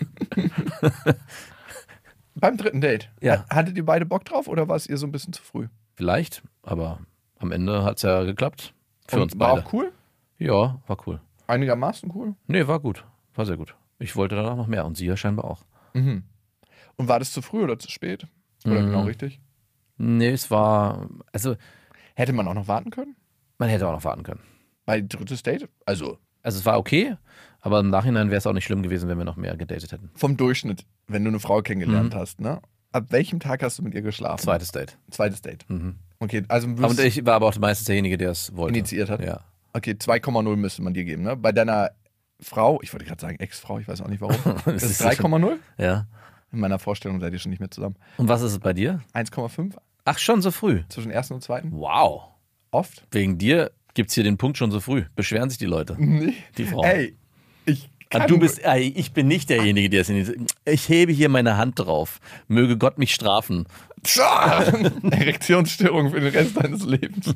Beim dritten Date. Ja. Hattet ihr beide Bock drauf oder war es ihr so ein bisschen zu früh? Vielleicht, aber am Ende hat es ja geklappt. Für Und uns war beide. auch cool? Ja, war cool. Einigermaßen cool? Nee, war gut. War sehr gut. Ich wollte danach noch mehr und sie ja scheinbar auch. Mhm. Und war das zu früh oder zu spät? Oder genau richtig? Nee, es war, also Hätte man auch noch warten können? man hätte auch noch warten können. Bei drittes Date? Also Also es war okay, aber im Nachhinein wäre es auch nicht schlimm gewesen, wenn wir noch mehr gedatet hätten. vom Durchschnitt, wenn du eine Frau kennengelernt hast, ne? Ab welchem Tag hast du mit ihr geschlafen? Zweites Date. Zweites Date. Mhm. Okay, also Und ich war aber auch meistens derjenige, der es wollte. initiiert hat. Ja. Okay, 2,0 müsste man dir geben, ne? Bei deiner Frau, ich wollte gerade sagen Ex-Frau, ich weiß auch nicht warum. Das ist 3,0? Ja. In meiner Vorstellung seid ihr schon nicht mehr zusammen. Und was ist es bei dir? 1,5 Ach, schon so früh. zwischen ersten und zweiten? Wow. Oft? Wegen dir gibt es hier den Punkt schon so früh. Beschweren sich die Leute. Nee. Die Frau. Ey, ich kann... Ich bin nicht derjenige, der es initiiert. Ich hebe hier meine Hand drauf. Möge Gott mich strafen. Erektionsstörung für den Rest deines Lebens.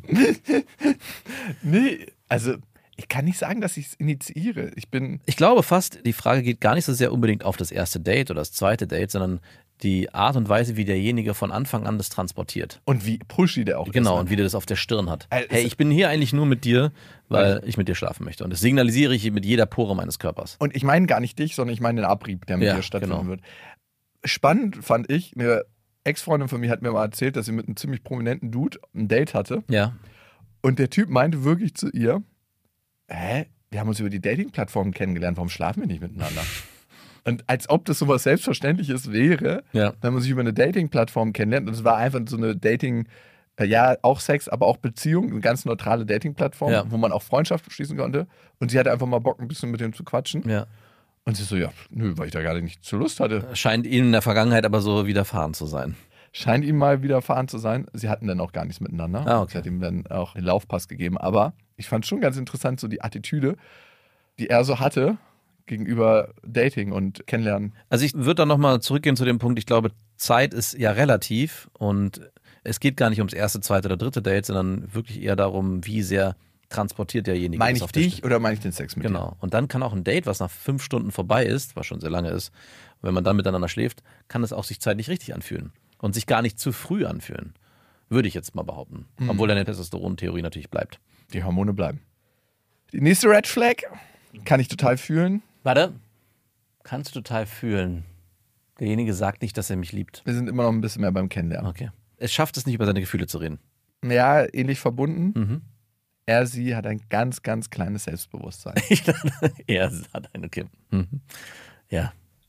Nee, also ich kann nicht sagen, dass ich es initiiere. Ich glaube fast, die Frage geht gar nicht so sehr unbedingt auf das erste Date oder das zweite Date, sondern die Art und Weise, wie derjenige von Anfang an das transportiert. Und wie pushy der auch Genau, ist. und wie der das auf der Stirn hat. Also, Hey, ich bin hier eigentlich nur mit dir, weil ich mit dir schlafen möchte. Und das signalisiere ich mit jeder Pore meines Körpers. Und ich meine gar nicht dich, sondern ich meine den Abrieb, der mit Ja, dir stattfinden genau. wird. Spannend fand ich, eine Ex-Freundin von mir hat mir mal erzählt, dass sie mit einem ziemlich prominenten Dude ein Date hatte. Ja. Und der Typ meinte wirklich zu ihr, wir haben uns über die Dating-Plattformen kennengelernt, warum schlafen wir nicht miteinander? Und als ob das sowas Selbstverständliches wäre, Ja. wenn man sich über eine Dating-Plattform kennenlernt. Und es war einfach so eine Dating, ja, auch Sex, aber auch Beziehung, eine ganz neutrale Dating-Plattform, Ja. wo man auch Freundschaft schließen konnte. Und sie hatte einfach mal Bock, ein bisschen mit dem zu quatschen. Ja. Und sie so, ja, nö, weil ich da gerade nicht zur Lust hatte. Scheint ihnen in der Vergangenheit aber so widerfahren zu sein. Scheint ihm mal widerfahren zu sein. Sie hatten dann auch gar nichts miteinander. Ah, okay. Sie hat ihm dann auch den Laufpass gegeben. Aber ich fand schon ganz interessant, so die Attitüde, die er so hatte gegenüber Dating und Kennenlernen. Also ich würde da nochmal zurückgehen zu dem Punkt, ich glaube, Zeit ist ja relativ und es geht gar nicht ums erste, zweite oder dritte Date, sondern wirklich eher darum, wie sehr transportiert derjenige Meine das ich auf der dich Stelle. oder meine ich den Sex mit dir? Genau. Und dann kann auch ein Date, was nach 5 Stunden vorbei ist, was schon sehr lange ist, wenn man dann miteinander schläft, kann es auch sich zeitlich richtig anfühlen und sich gar nicht zu früh anfühlen. Würde ich jetzt mal behaupten. Obwohl deine Testosteron-Theorie natürlich bleibt. Die Hormone bleiben. Die nächste Red Flag kann ich total fühlen. Warte. Kannst du total fühlen. Derjenige sagt nicht, dass er mich liebt. Wir sind immer noch ein bisschen mehr beim Kennenlernen. Okay. Es schafft es nicht, über seine Gefühle zu reden. Ja, ähnlich verbunden. Mhm. Sie hat ein ganz, ganz kleines Selbstbewusstsein. Er hat einen, okay. Mhm. Ja.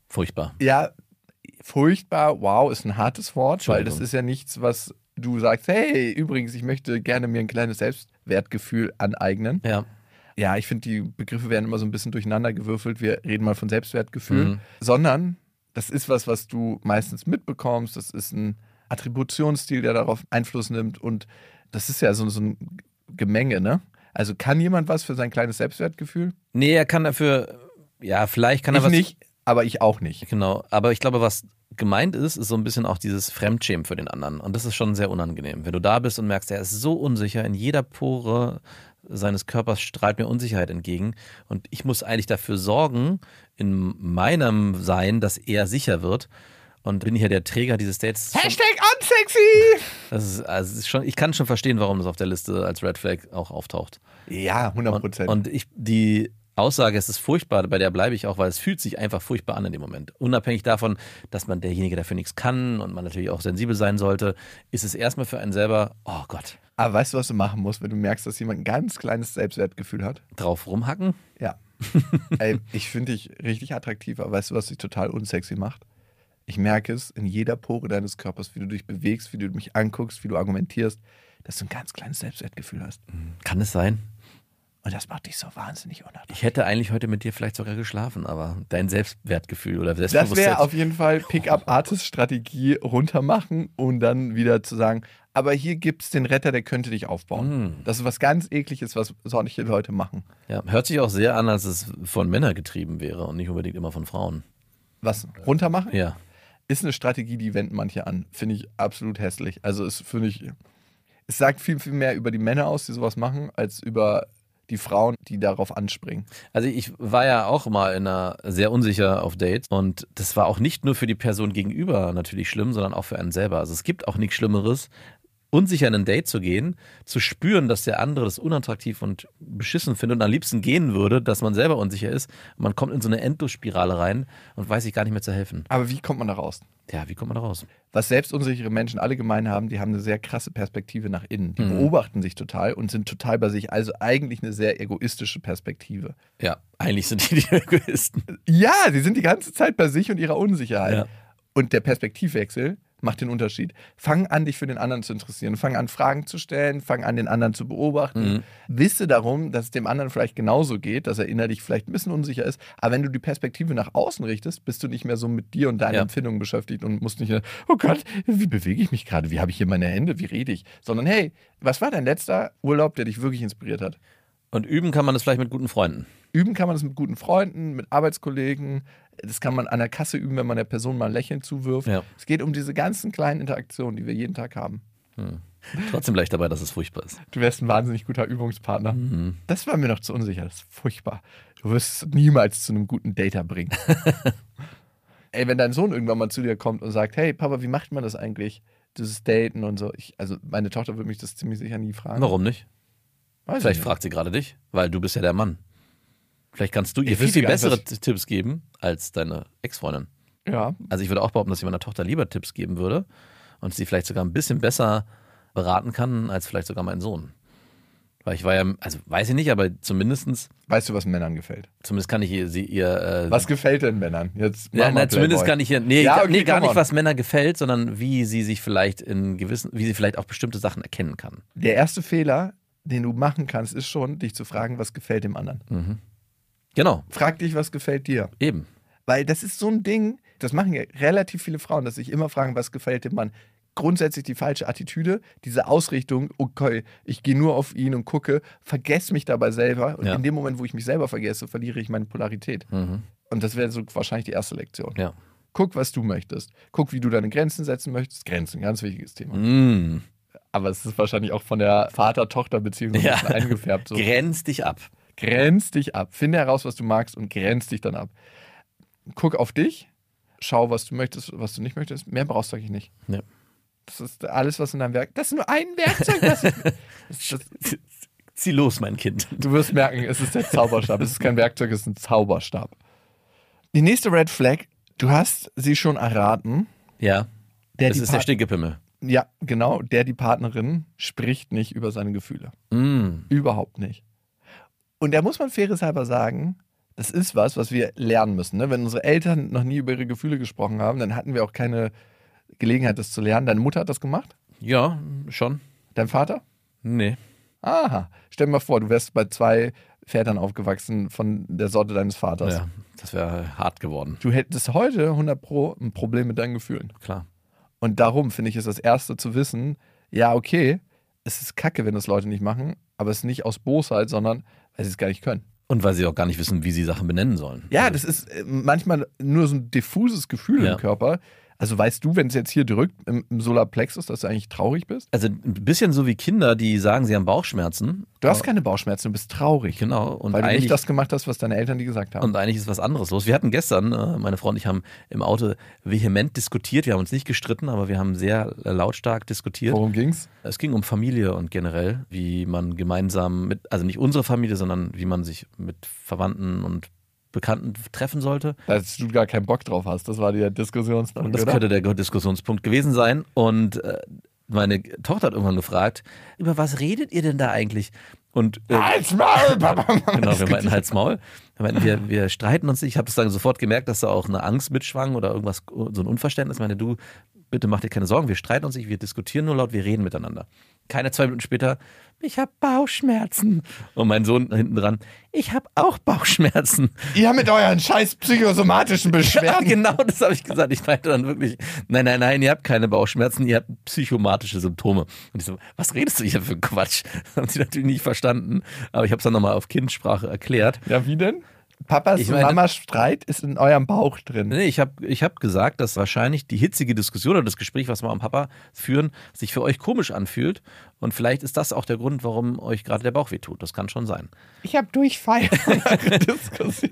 Furchtbar. Ja, furchtbar, wow, ist ein hartes Wort, weil das Entschuldigung. ist ja nichts, was du sagst, hey, übrigens, ich möchte gerne mir ein kleines Selbstwertgefühl aneignen. Ja. Ja, ich finde, die Begriffe werden immer so ein bisschen durcheinander gewürfelt. Wir reden mal von Selbstwertgefühl, sondern das ist was du meistens mitbekommst. Das ist ein Attributionsstil, der darauf Einfluss nimmt und das ist ja so ein Gemenge, ne? Also kann jemand was für sein kleines Selbstwertgefühl? Nee, er kann dafür, ja, vielleicht kann er Ich was. nicht, aber ich auch nicht. Genau, aber ich glaube, was gemeint ist so ein bisschen auch dieses Fremdschämen für den anderen. Und das ist schon sehr unangenehm. Wenn du da bist und merkst, er ist so unsicher, in jeder Pore seines Körpers strahlt mir Unsicherheit entgegen. Und ich muss eigentlich dafür sorgen, in meinem Sein, dass er sicher wird. Und bin hier der Träger dieses Dates. Hashtag unsexy! Es ist schon, ich kann schon verstehen, warum das auf der Liste als Red Flag auch auftaucht. Ja, 100%. Und die Aussage, es ist furchtbar, bei der bleibe ich auch, weil es fühlt sich einfach furchtbar an in dem Moment. Unabhängig davon, dass man derjenige dafür nichts kann und man natürlich auch sensibel sein sollte, ist es erstmal für einen selber, oh Gott. Aber weißt du, was du machen musst, wenn du merkst, dass jemand ein ganz kleines Selbstwertgefühl hat? Drauf rumhacken? Ja. Ey, ich finde dich richtig attraktiv, aber weißt du, was dich total unsexy macht? Ich merke es in jeder Pore deines Körpers, wie du dich bewegst, wie du mich anguckst, wie du argumentierst, dass du ein ganz kleines Selbstwertgefühl hast. Kann es sein? Und das macht dich so wahnsinnig unattraktiv. Ich hätte eigentlich heute mit dir vielleicht sogar geschlafen, aber dein Selbstwertgefühl oder Das Selbstbewusstsein. wäre auf jeden Fall Pick-up-Artist-Strategie runtermachen und dann wieder zu sagen, aber hier gibt es den Retter, der könnte dich aufbauen. Das ist was ganz Ekliges, was solche Leute machen. Ja, hört sich auch sehr an, als es von Männern getrieben wäre und nicht unbedingt immer von Frauen. Was? Runtermachen? Ja. Ist eine Strategie, die wenden manche an. Finde ich absolut hässlich. Also es sagt viel, viel mehr über die Männer aus, die sowas machen, als über die Frauen, die darauf anspringen. Also ich war ja auch mal sehr unsicher auf Dates und das war auch nicht nur für die Person gegenüber natürlich schlimm, sondern auch für einen selber. Also es gibt auch nichts Schlimmeres, unsicher in ein Date zu gehen, zu spüren, dass der andere das unattraktiv und beschissen findet und am liebsten gehen würde, dass man selber unsicher ist. Und man kommt in so eine Endlosspirale rein und weiß sich gar nicht mehr zu helfen. Aber wie kommt man da raus? Ja, wie kommt man da raus? Was selbstunsichere Menschen alle gemein haben, die haben eine sehr krasse Perspektive nach innen. Die beobachten sich total und sind total bei sich. Also eigentlich eine sehr egoistische Perspektive. Ja, eigentlich sind die Egoisten. Ja, sie sind die ganze Zeit bei sich und ihrer Unsicherheit. Ja. Und der Perspektivwechsel macht den Unterschied. Fang an, dich für den anderen zu interessieren. Fang an, Fragen zu stellen. Fang an, den anderen zu beobachten. Wisse darum, dass es dem anderen vielleicht genauso geht, dass er innerlich vielleicht ein bisschen unsicher ist. Aber wenn du die Perspektive nach außen richtest, bist du nicht mehr so mit dir und deinen Empfindungen beschäftigt und musst nicht, oh Gott, wie bewege ich mich gerade? Wie habe ich hier meine Hände? Wie rede ich? Sondern hey, was war dein letzter Urlaub, der dich wirklich inspiriert hat? Und üben kann man das vielleicht mit guten Freunden. Üben kann man das mit guten Freunden, mit Arbeitskollegen. Das kann man an der Kasse üben, wenn man der Person mal ein Lächeln zuwirft. Ja. Es geht um diese ganzen kleinen Interaktionen, die wir jeden Tag haben. Trotzdem gleich dabei, dass es furchtbar ist. Du wärst ein wahnsinnig guter Übungspartner. Das war mir noch zu unsicher. Das ist furchtbar. Du wirst es niemals zu einem guten Dater bringen. Ey, wenn dein Sohn irgendwann mal zu dir kommt und sagt, hey Papa, wie macht man das eigentlich? Dieses Daten und so. Also meine Tochter würde mich das ziemlich sicher nie fragen. Warum nicht? Weiß Vielleicht ich fragt sie gerade dich, weil du bist ja der Mann. Vielleicht kannst du ihr Ich viel, wüsste viel gar nicht, bessere Tipps geben als deine Ex-Freundin. nicht. Ja. Also ich würde auch behaupten, dass ich meiner Tochter lieber Tipps geben würde und sie vielleicht sogar ein bisschen besser beraten kann, als vielleicht sogar mein Sohn. Weil ich war ja, also weiß ich nicht, aber zumindest Weißt du, was Männern gefällt? kann ich ihr Was gefällt denn Männern? Jetzt ja, mach mal zumindest Playboy. kann ich ihr, Ja, okay, gar come nicht, on. was Männern gefällt, sondern wie sie sich vielleicht wie sie vielleicht auch bestimmte Sachen erkennen kann. Der erste Fehler, den du machen kannst, ist schon, dich zu fragen, was gefällt dem anderen. Genau, Frag dich, was gefällt dir? eben. Weil das ist so ein Ding, das machen ja relativ viele Frauen, dass sich immer fragen, was gefällt dem Mann. Grundsätzlich die falsche Attitüde, diese Ausrichtung, okay, ich gehe nur auf ihn und gucke, vergesse mich dabei selber. Und Ja. in dem Moment, wo ich mich selber vergesse, verliere ich meine Polarität. Und das wäre so wahrscheinlich die erste Lektion. Ja. Guck, was du möchtest. Guck, wie du deine Grenzen setzen möchtest. Grenzen, ganz wichtiges Thema. Aber es ist wahrscheinlich auch von der Vater-Tochter-Beziehung so ein bisschen eingefärbt. So. Grenz dich ab. Grenz dich ab. Finde heraus, was du magst und grenz dich dann ab. Guck auf dich, schau, was du möchtest, was du nicht möchtest. Mehr brauchst du eigentlich nicht. Ja. Das ist alles, was in deinem Werk. Das ist nur ein Werkzeug. Zieh los, mein Kind. Du wirst merken, es ist der Zauberstab. Es ist kein Werkzeug, es ist ein Zauberstab. Die nächste Red Flag, du hast sie schon erraten. Ja, Der das die ist der Part- Stinkepimmel. Ja, genau. Die Partnerin spricht nicht über seine Gefühle. Überhaupt nicht. Und da muss man fairerweise sagen, das ist was wir lernen müssen. Ne? Wenn unsere Eltern noch nie über ihre Gefühle gesprochen haben, dann hatten wir auch keine Gelegenheit, das zu lernen. Deine Mutter hat das gemacht? Ja, schon. Dein Vater? Nee. Aha. Stell dir mal vor, du wärst bei 2 Vätern aufgewachsen von der Sorte deines Vaters. Ja, das wäre hart geworden. Du hättest heute 100% ein Problem mit deinen Gefühlen. Klar. Und darum finde ich es das Erste zu wissen, ja, okay, es ist kacke, wenn das Leute nicht machen, aber es ist nicht aus Bosheit, sondern weil sie es gar nicht können. Und weil sie auch gar nicht wissen, wie sie Sachen benennen sollen. Ja, das ist manchmal nur so ein diffuses Gefühl im Körper. Also weißt du, wenn es jetzt hier drückt im Solarplexus, dass du eigentlich traurig bist? Also ein bisschen so wie Kinder, die sagen, sie haben Bauchschmerzen. Du hast keine Bauchschmerzen, du bist traurig. Genau. Und weil du nicht das gemacht hast, was deine Eltern dir gesagt haben. Und eigentlich ist was anderes los. Wir hatten gestern, meine Frau und ich haben im Auto vehement diskutiert. Wir haben uns nicht gestritten, aber wir haben sehr lautstark diskutiert. Worum ging's? Es ging um Familie und generell, wie man gemeinsam also nicht unsere Familie, sondern wie man sich mit Verwandten und Bekannten treffen sollte. Dass du gar keinen Bock drauf hast, das war der Diskussionspunkt, und das oder? könnte der Diskussionspunkt gewesen sein. Und meine Tochter hat irgendwann gefragt, über was redet ihr denn da eigentlich? Und Halt's Maul! Genau, wir meinten Halt's Maul. Wir meinten, wir streiten uns nicht. Ich habe das dann sofort gemerkt, dass da auch eine Angst mitschwang oder irgendwas, so ein Unverständnis. Ich meine, du, bitte mach dir keine Sorgen, wir streiten uns nicht, wir diskutieren nur laut, wir reden miteinander. Keine 2 Minuten später, ich habe Bauchschmerzen. Und mein Sohn hinten dran, ich habe auch Bauchschmerzen. Ihr mit euren scheiß psychosomatischen Beschwerden. Ja, genau, das habe ich gesagt. Ich meinte dann wirklich, nein, ihr habt keine Bauchschmerzen, ihr habt psychomatische Symptome. Und ich so, was redest du hier für Quatsch? Das haben sie natürlich nicht verstanden, aber ich habe es dann nochmal auf Kindsprache erklärt. Ja, wie denn? Papas und Mamas Streit ist in eurem Bauch drin. Nee, ich hab gesagt, dass wahrscheinlich die hitzige Diskussion oder das Gespräch, was Mama und Papa führen, sich für euch komisch anfühlt. Und vielleicht ist das auch der Grund, warum euch gerade der Bauch wehtut. Das kann schon sein. Ich habe Durchfall. Diskussion.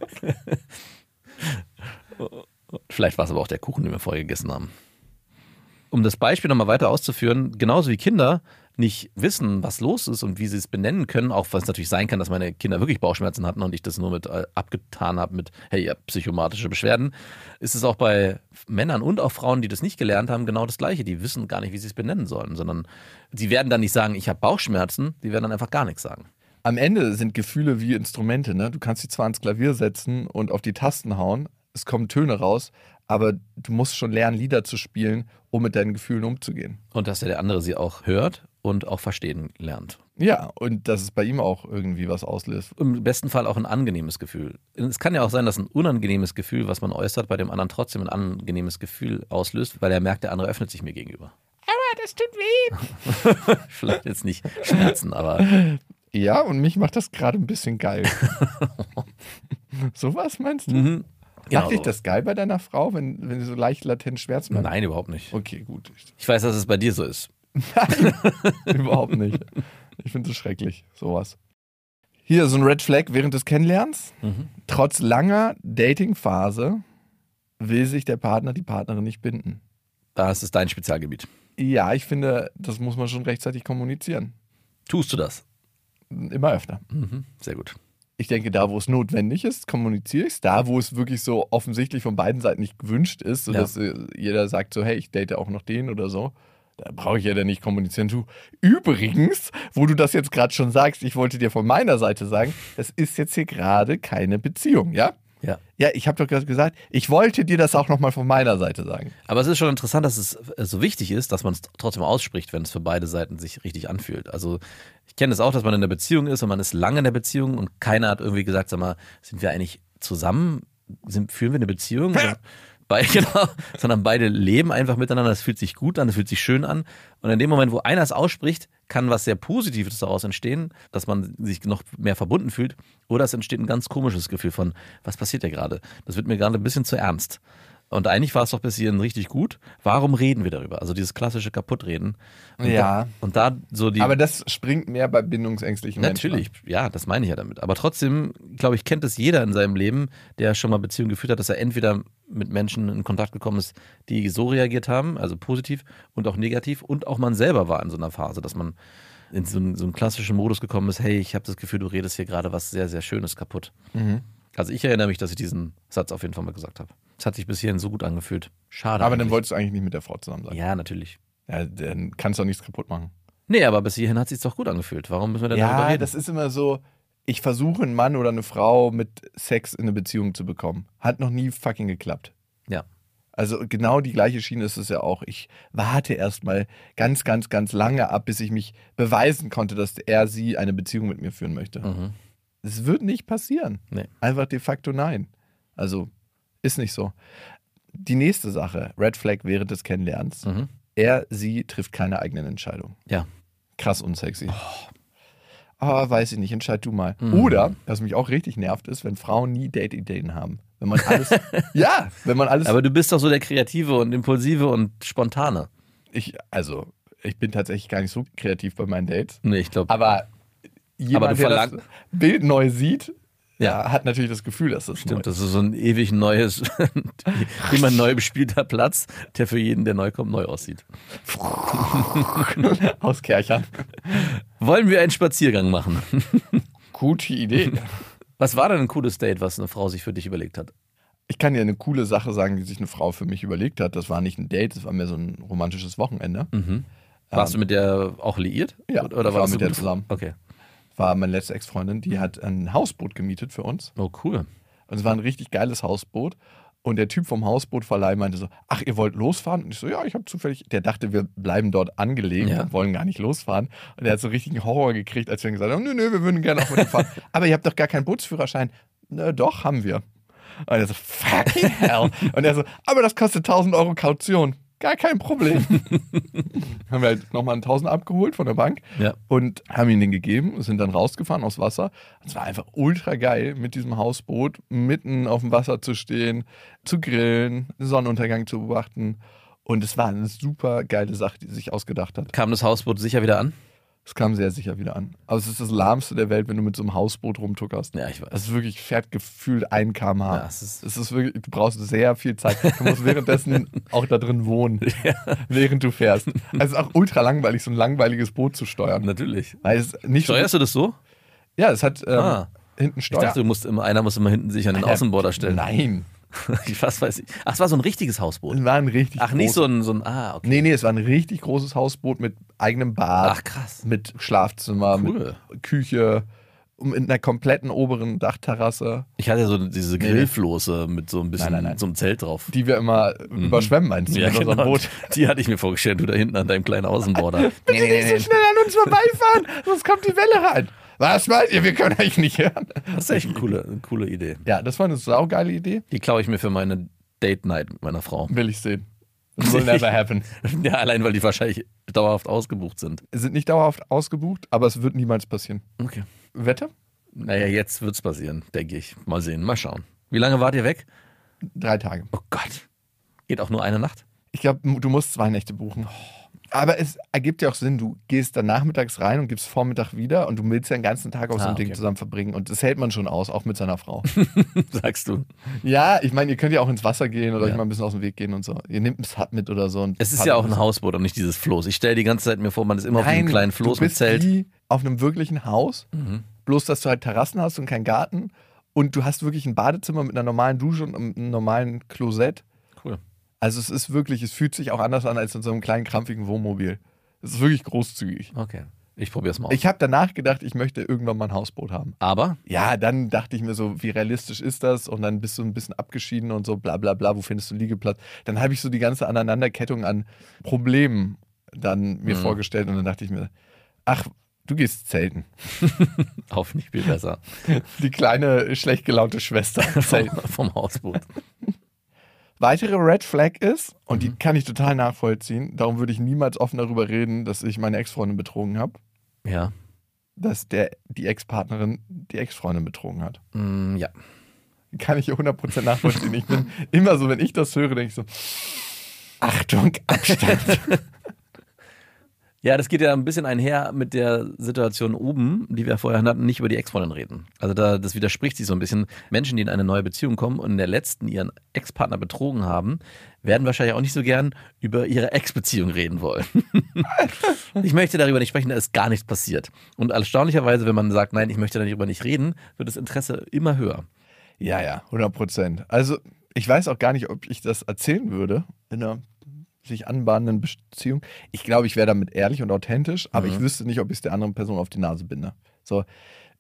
Vielleicht war es aber auch der Kuchen, den wir vorher gegessen haben. Um das Beispiel nochmal weiter auszuführen, genauso wie Kinder nicht wissen, was los ist und wie sie es benennen können, auch was natürlich sein kann, dass meine Kinder wirklich Bauchschmerzen hatten und ich das nur mit abgetan habe mit, hey, ihr habt psychomatische Beschwerden, ist es auch bei Männern und auch Frauen, die das nicht gelernt haben, genau das Gleiche. Die wissen gar nicht, wie sie es benennen sollen, sondern sie werden dann nicht sagen, ich habe Bauchschmerzen, die werden dann einfach gar nichts sagen. Am Ende sind Gefühle wie Instrumente, ne? Du kannst sie zwar ans Klavier setzen und auf die Tasten hauen, es kommen Töne raus, aber du musst schon lernen, Lieder zu spielen, um mit deinen Gefühlen umzugehen. Und dass der andere sie auch hört und auch verstehen lernt. Ja, und dass es bei ihm auch irgendwie was auslöst. Im besten Fall auch ein angenehmes Gefühl. Es kann ja auch sein, dass ein unangenehmes Gefühl, was man äußert, bei dem anderen trotzdem ein angenehmes Gefühl auslöst, weil er merkt, der andere öffnet sich mir gegenüber. Aber das tut weh. Vielleicht jetzt nicht Schmerzen, aber... Ja, und mich macht das gerade ein bisschen geil. Sowas meinst du? Mhm. Macht dich das geil bei deiner Frau, wenn sie so leicht latent Schmerzen hat? Nein, überhaupt nicht. Okay, gut. Ich weiß, dass es bei dir so ist. Nein, überhaupt nicht. Ich finde es schrecklich, sowas. Hier so ein Red Flag während des Kennenlernens. Trotz langer Datingphase will sich der Partner, die Partnerin nicht binden. Das ist dein Spezialgebiet. Ja, ich finde, das muss man schon rechtzeitig kommunizieren. Tust du das? Immer öfter. Sehr gut. Ich denke, da, wo es notwendig ist, kommuniziere ich es. Da, wo es wirklich so offensichtlich von beiden Seiten nicht gewünscht ist, sodass jeder sagt so, hey, ich date auch noch den oder so. Da brauche ich ja dann nicht kommunizieren. Du, übrigens, wo du das jetzt gerade schon sagst, ich wollte dir von meiner Seite sagen, das ist jetzt hier gerade keine Beziehung, ja? Ja. Ja, ich habe doch gerade gesagt, ich wollte dir das auch nochmal von meiner Seite sagen. Aber es ist schon interessant, dass es so wichtig ist, dass man es trotzdem ausspricht, wenn es für beide Seiten sich richtig anfühlt. Also ich kenne das auch, dass man in der Beziehung ist und man ist lange in der Beziehung und keiner hat irgendwie gesagt, sag mal, sind wir eigentlich zusammen? Führen wir eine Beziehung? Sondern beide leben einfach miteinander, das fühlt sich gut an, das fühlt sich schön an. Und in dem Moment, wo einer es ausspricht, kann was sehr Positives daraus entstehen, dass man sich noch mehr verbunden fühlt. Oder es entsteht ein ganz komisches Gefühl von, was passiert hier gerade? Das wird mir gerade ein bisschen zu ernst. Und eigentlich war es doch bis hierhin richtig gut. Warum reden wir darüber? Also dieses klassische Kaputtreden. Und da so die. Aber das springt mehr bei bindungsängstlichen Menschen. Natürlich, ja, das meine ich ja damit. Aber trotzdem, glaube ich, kennt es jeder in seinem Leben, der schon mal Beziehungen geführt hat, dass er entweder mit Menschen in Kontakt gekommen ist, die so reagiert haben, also positiv und auch negativ. Und auch man selber war in so einer Phase, dass man in so einen klassischen Modus gekommen ist, hey, ich habe das Gefühl, du redest hier gerade was sehr, sehr Schönes kaputt. Also ich erinnere mich, dass ich diesen Satz auf jeden Fall mal gesagt habe. Es hat sich bis hierhin so gut angefühlt. Schade. Aber eigentlich. dann wolltest du eigentlich nicht mit der Frau zusammen sein. Ja, natürlich. Ja, dann kannst du auch nichts kaputt machen. Nee, aber bis hierhin hat es sich doch gut angefühlt. Warum müssen wir denn darüber Ja, reden? das ist immer so, ich versuche einen Mann oder eine Frau mit Sex in eine Beziehung zu bekommen. Hat noch nie fucking geklappt. Ja. Also genau die gleiche Schiene ist es ja auch. Ich warte erstmal ganz, ganz, ganz lange ab, bis ich mich beweisen konnte, dass sie eine Beziehung mit mir führen möchte. Es wird nicht passieren. Nee. Einfach de facto nein. Also ist nicht so. Die nächste Sache, Red Flag während des Kennenlernens. Sie trifft keine eigenen Entscheidungen. Ja. Krass unsexy. Weiß ich nicht, entscheid du mal. Oder, was mich auch richtig nervt, ist, wenn Frauen nie Date-Ideen haben. Wenn man alles. wenn man alles. Aber du bist doch so der Kreative und Impulsive und Spontane. Ich bin tatsächlich gar nicht so kreativ bei meinen Dates. Nee, ich glaube. Aber jemand, der das Bild neu sieht, hat natürlich das Gefühl, dass das Stimmt, neu das ist so ein ewig neues, immer neu bespielter Platz, der für jeden, der neu kommt, neu aussieht. Aus Kerchern. Wollen wir einen Spaziergang machen? Gute Idee. Was war denn ein cooles Date, was eine Frau sich für dich überlegt hat? Ich kann dir eine coole Sache sagen, die sich eine Frau für mich überlegt hat. Das war nicht ein Date, das war mehr so ein romantisches Wochenende. Warst du mit der auch liiert? Ja, oder ich war warst mit du der zusammen. Okay. War meine letzte Ex-Freundin, die hat ein Hausboot gemietet für uns. Oh, cool. Und es war ein richtig geiles Hausboot. Und der Typ vom Hausbootverleih meinte so, ach, ihr wollt losfahren? Und ich so, ja, ich habe zufällig, der dachte, wir bleiben dort angelegen und wollen gar nicht losfahren. Und er hat so richtig einen Horror gekriegt, als wir gesagt haben, nö, wir würden gerne auch mit ihm fahren. Aber ihr habt doch gar keinen Bootsführerschein. Na, doch, haben wir. Und er so, fucking hell. Und er so, aber das kostet 1.000 Euro Kaution. Gar kein Problem. Haben wir halt nochmal 1.000 abgeholt von der Bank und haben ihn den gegeben und sind dann rausgefahren aufs Wasser. Es war einfach ultra geil, mit diesem Hausboot mitten auf dem Wasser zu stehen, zu grillen, den Sonnenuntergang zu beobachten. Und es war eine super geile Sache, die sich ausgedacht hat. Kam das Hausboot sicher wieder an? Es kam sehr sicher wieder an. Aber es ist das Lahmste der Welt, wenn du mit so einem Hausboot rumtuckerst. Ja, ich weiß. Das ist wirklich, fährt gefühlt 1 km/h. Ja, es ist wirklich, du brauchst sehr viel Zeit. Du musst währenddessen auch da drin wohnen, während du fährst. Also es ist auch ultra langweilig, so ein langweiliges Boot zu steuern. Natürlich. Weil es nicht Steuerst du das so? Ja, es hat hinten Steuer. Ich dachte, einer muss immer hinten sich an den Außenborder stellen. Nein. Was weiß ich. Ach, es war so ein richtiges Hausboot. Es war ein richtig nicht so ein okay. Nee, es war ein richtig großes Hausboot mit eigenem Bad. Ach, krass. Mit Schlafzimmer, Cool. mit Küche, mit einer kompletten oberen Dachterrasse. Ich hatte so diese Grillfloße mit so ein bisschen so einem Zelt drauf. Die wir immer überschwemmen, meinst du, Ja, mit unserem genau. Boot. Die hatte ich mir vorgestellt, du da hinten an deinem kleinen Außenborder. Bitte nicht so schnell an uns vorbeifahren, sonst kommt die Welle rein. Was meint ihr? Wir können euch nicht hören. Das ist echt eine coole Idee. Ja, das war eine saugeile Idee. Die klaue ich mir für meine Date-Night mit meiner Frau. Will ich sehen. Das will never happen. Ja, allein, weil die wahrscheinlich dauerhaft ausgebucht sind. Es sind nicht dauerhaft ausgebucht, aber es wird niemals passieren. Okay. Wette? Naja, jetzt wird's passieren, denke ich. Mal sehen, mal schauen. Wie lange wart ihr weg? 3 Tage. Oh Gott. Geht auch nur eine Nacht? Ich glaube, du musst 2 Nächte buchen. Aber es ergibt ja auch Sinn, du gehst dann nachmittags rein und gibst Vormittag wieder und du willst ja den ganzen Tag auf so einem Ding zusammen verbringen. Und das hält man schon aus, auch mit seiner Frau. Sagst du. Ja, ich meine, ihr könnt ja auch ins Wasser gehen oder euch mal ein bisschen aus dem Weg gehen und so. Ihr nehmt ein Sub mit oder so. Es ist ja auch ein Hausboot und nicht dieses Floß. Ich stelle die ganze Zeit mir vor, man ist immer auf einem kleinen Floß du bist mit Zelt. Wie auf einem wirklichen Haus, bloß dass du halt Terrassen hast und keinen Garten und du hast wirklich ein Badezimmer mit einer normalen Dusche und einem normalen Klosett. Cool. Also es ist wirklich, es fühlt sich auch anders an als in so einem kleinen, krampfigen Wohnmobil. Es ist wirklich großzügig. Okay, ich probier's mal aus. Ich habe danach gedacht, ich möchte irgendwann mal ein Hausboot haben. Aber? Ja, dann dachte ich mir so, wie realistisch ist das? Und dann bist du ein bisschen abgeschieden und so, bla bla bla, wo findest du Liegeplatz? Dann habe ich so die ganze Aneinanderkettung an Problemen dann mir vorgestellt und dann dachte ich mir, ach, du gehst zelten. Auf nicht viel besser. Die kleine, schlecht gelaunte Schwester. vom Hausboot. Weitere Red Flag ist, und die kann ich total nachvollziehen, darum würde ich niemals offen darüber reden, dass ich meine Ex-Freundin betrogen habe, Ja. dass die Ex-Partnerin die Ex-Freundin betrogen hat. Ja. Kann ich 100% nachvollziehen. Ich bin immer so, wenn ich das höre, denke ich so, Achtung, Abstand. Ja, das geht ja ein bisschen einher mit der Situation oben, die wir vorher hatten, nicht über die Ex-Freundin reden. Also das widerspricht sich so ein bisschen. Menschen, die in eine neue Beziehung kommen und in der letzten ihren Ex-Partner betrogen haben, werden wahrscheinlich auch nicht so gern über ihre Ex-Beziehung reden wollen. Ich möchte darüber nicht sprechen, da ist gar nichts passiert. Und erstaunlicherweise, wenn man sagt, nein, ich möchte darüber nicht reden, wird das Interesse immer höher. Ja, 100%. Also ich weiß auch gar nicht, ob ich das erzählen würde in einer sich anbahnenden Beziehung. Ich glaube, ich wäre damit ehrlich und authentisch, aber ich wüsste nicht, ob ich es der anderen Person auf die Nase binde. So,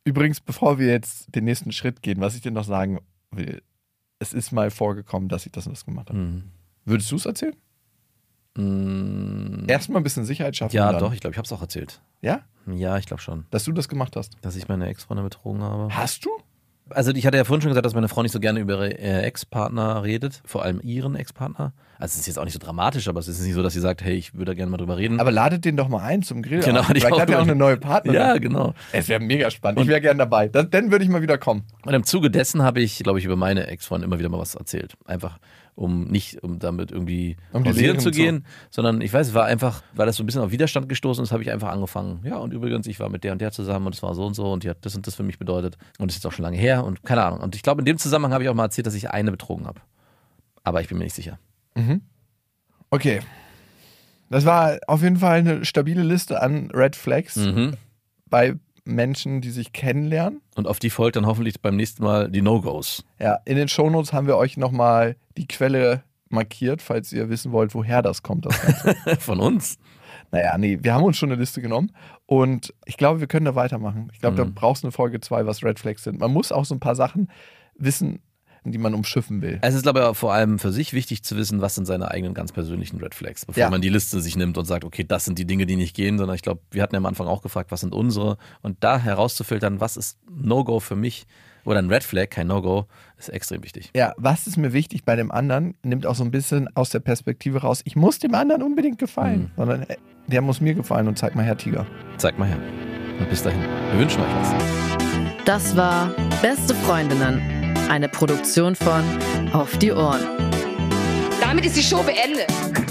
Übrigens, bevor wir jetzt den nächsten Schritt gehen, was ich dir noch sagen will, es ist mal vorgekommen, dass ich das und das gemacht habe. Würdest du es erzählen? Erstmal ein bisschen Sicherheit schaffen. Ja, doch, ich glaube, ich habe es auch erzählt. Ja? Ja, ich glaube schon. Dass du das gemacht hast. Dass ich meine Ex-Freundin betrogen habe. Hast du? Also ich hatte ja vorhin schon gesagt, dass meine Frau nicht so gerne über ihre Ex-Partner redet, vor allem ihren Ex-Partner. Also es ist jetzt auch nicht so dramatisch, aber es ist nicht so, dass sie sagt, hey, ich würde da gerne mal drüber reden. Aber ladet den doch mal ein zum Grill. Genau, vielleicht hat er auch eine neue Partnerin. Ja, genau. Es wäre mega spannend. Ich wäre gerne dabei. Dann würde ich mal wieder kommen. Und im Zuge dessen habe ich, glaube ich, über meine Ex-Freundin immer wieder mal was erzählt. Einfach, um damit irgendwie pausieren zu gehen, sondern ich weiß, es war einfach, weil das so ein bisschen auf Widerstand gestoßen ist, habe ich einfach angefangen. Ja, und übrigens, ich war mit der und der zusammen und es war so und die hat das und das für mich bedeutet. Und es ist jetzt auch schon lange her und keine Ahnung. Und ich glaube, in dem Zusammenhang habe ich auch mal erzählt, dass ich eine betrogen habe. Aber ich bin mir nicht sicher. Okay. Das war auf jeden Fall eine stabile Liste an Red Flags bei Menschen, die sich kennenlernen. Und auf die folgt dann hoffentlich beim nächsten Mal die No-Gos. Ja, in den Shownotes haben wir euch nochmal die Quelle markiert, falls ihr wissen wollt, woher das kommt. Das Ganze. Von uns? Naja, nee, wir haben uns schon eine Liste genommen und ich glaube, wir können da weitermachen. Ich glaube, da brauchst du eine Folge 2, was Red Flags sind. Man muss auch so ein paar Sachen wissen, die man umschiffen will. Es ist, glaube ich, vor allem für sich wichtig zu wissen, was sind seine eigenen ganz persönlichen Red Flags, bevor man die Liste sich nimmt und sagt, okay, das sind die Dinge, die nicht gehen, sondern ich glaube, wir hatten ja am Anfang auch gefragt, was sind unsere und da herauszufiltern, was ist No-Go für mich oder ein Red Flag, kein No-Go, ist extrem wichtig. Ja, was ist mir wichtig bei dem anderen, nimmt auch so ein bisschen aus der Perspektive raus, ich muss dem anderen unbedingt gefallen, sondern der muss mir gefallen und zeig mal her, Tiger. Zeig mal her. Und bis dahin, wir wünschen euch was. Das war Beste Freundinnen, eine Produktion von Auf die Ohren. Damit ist die Show beendet.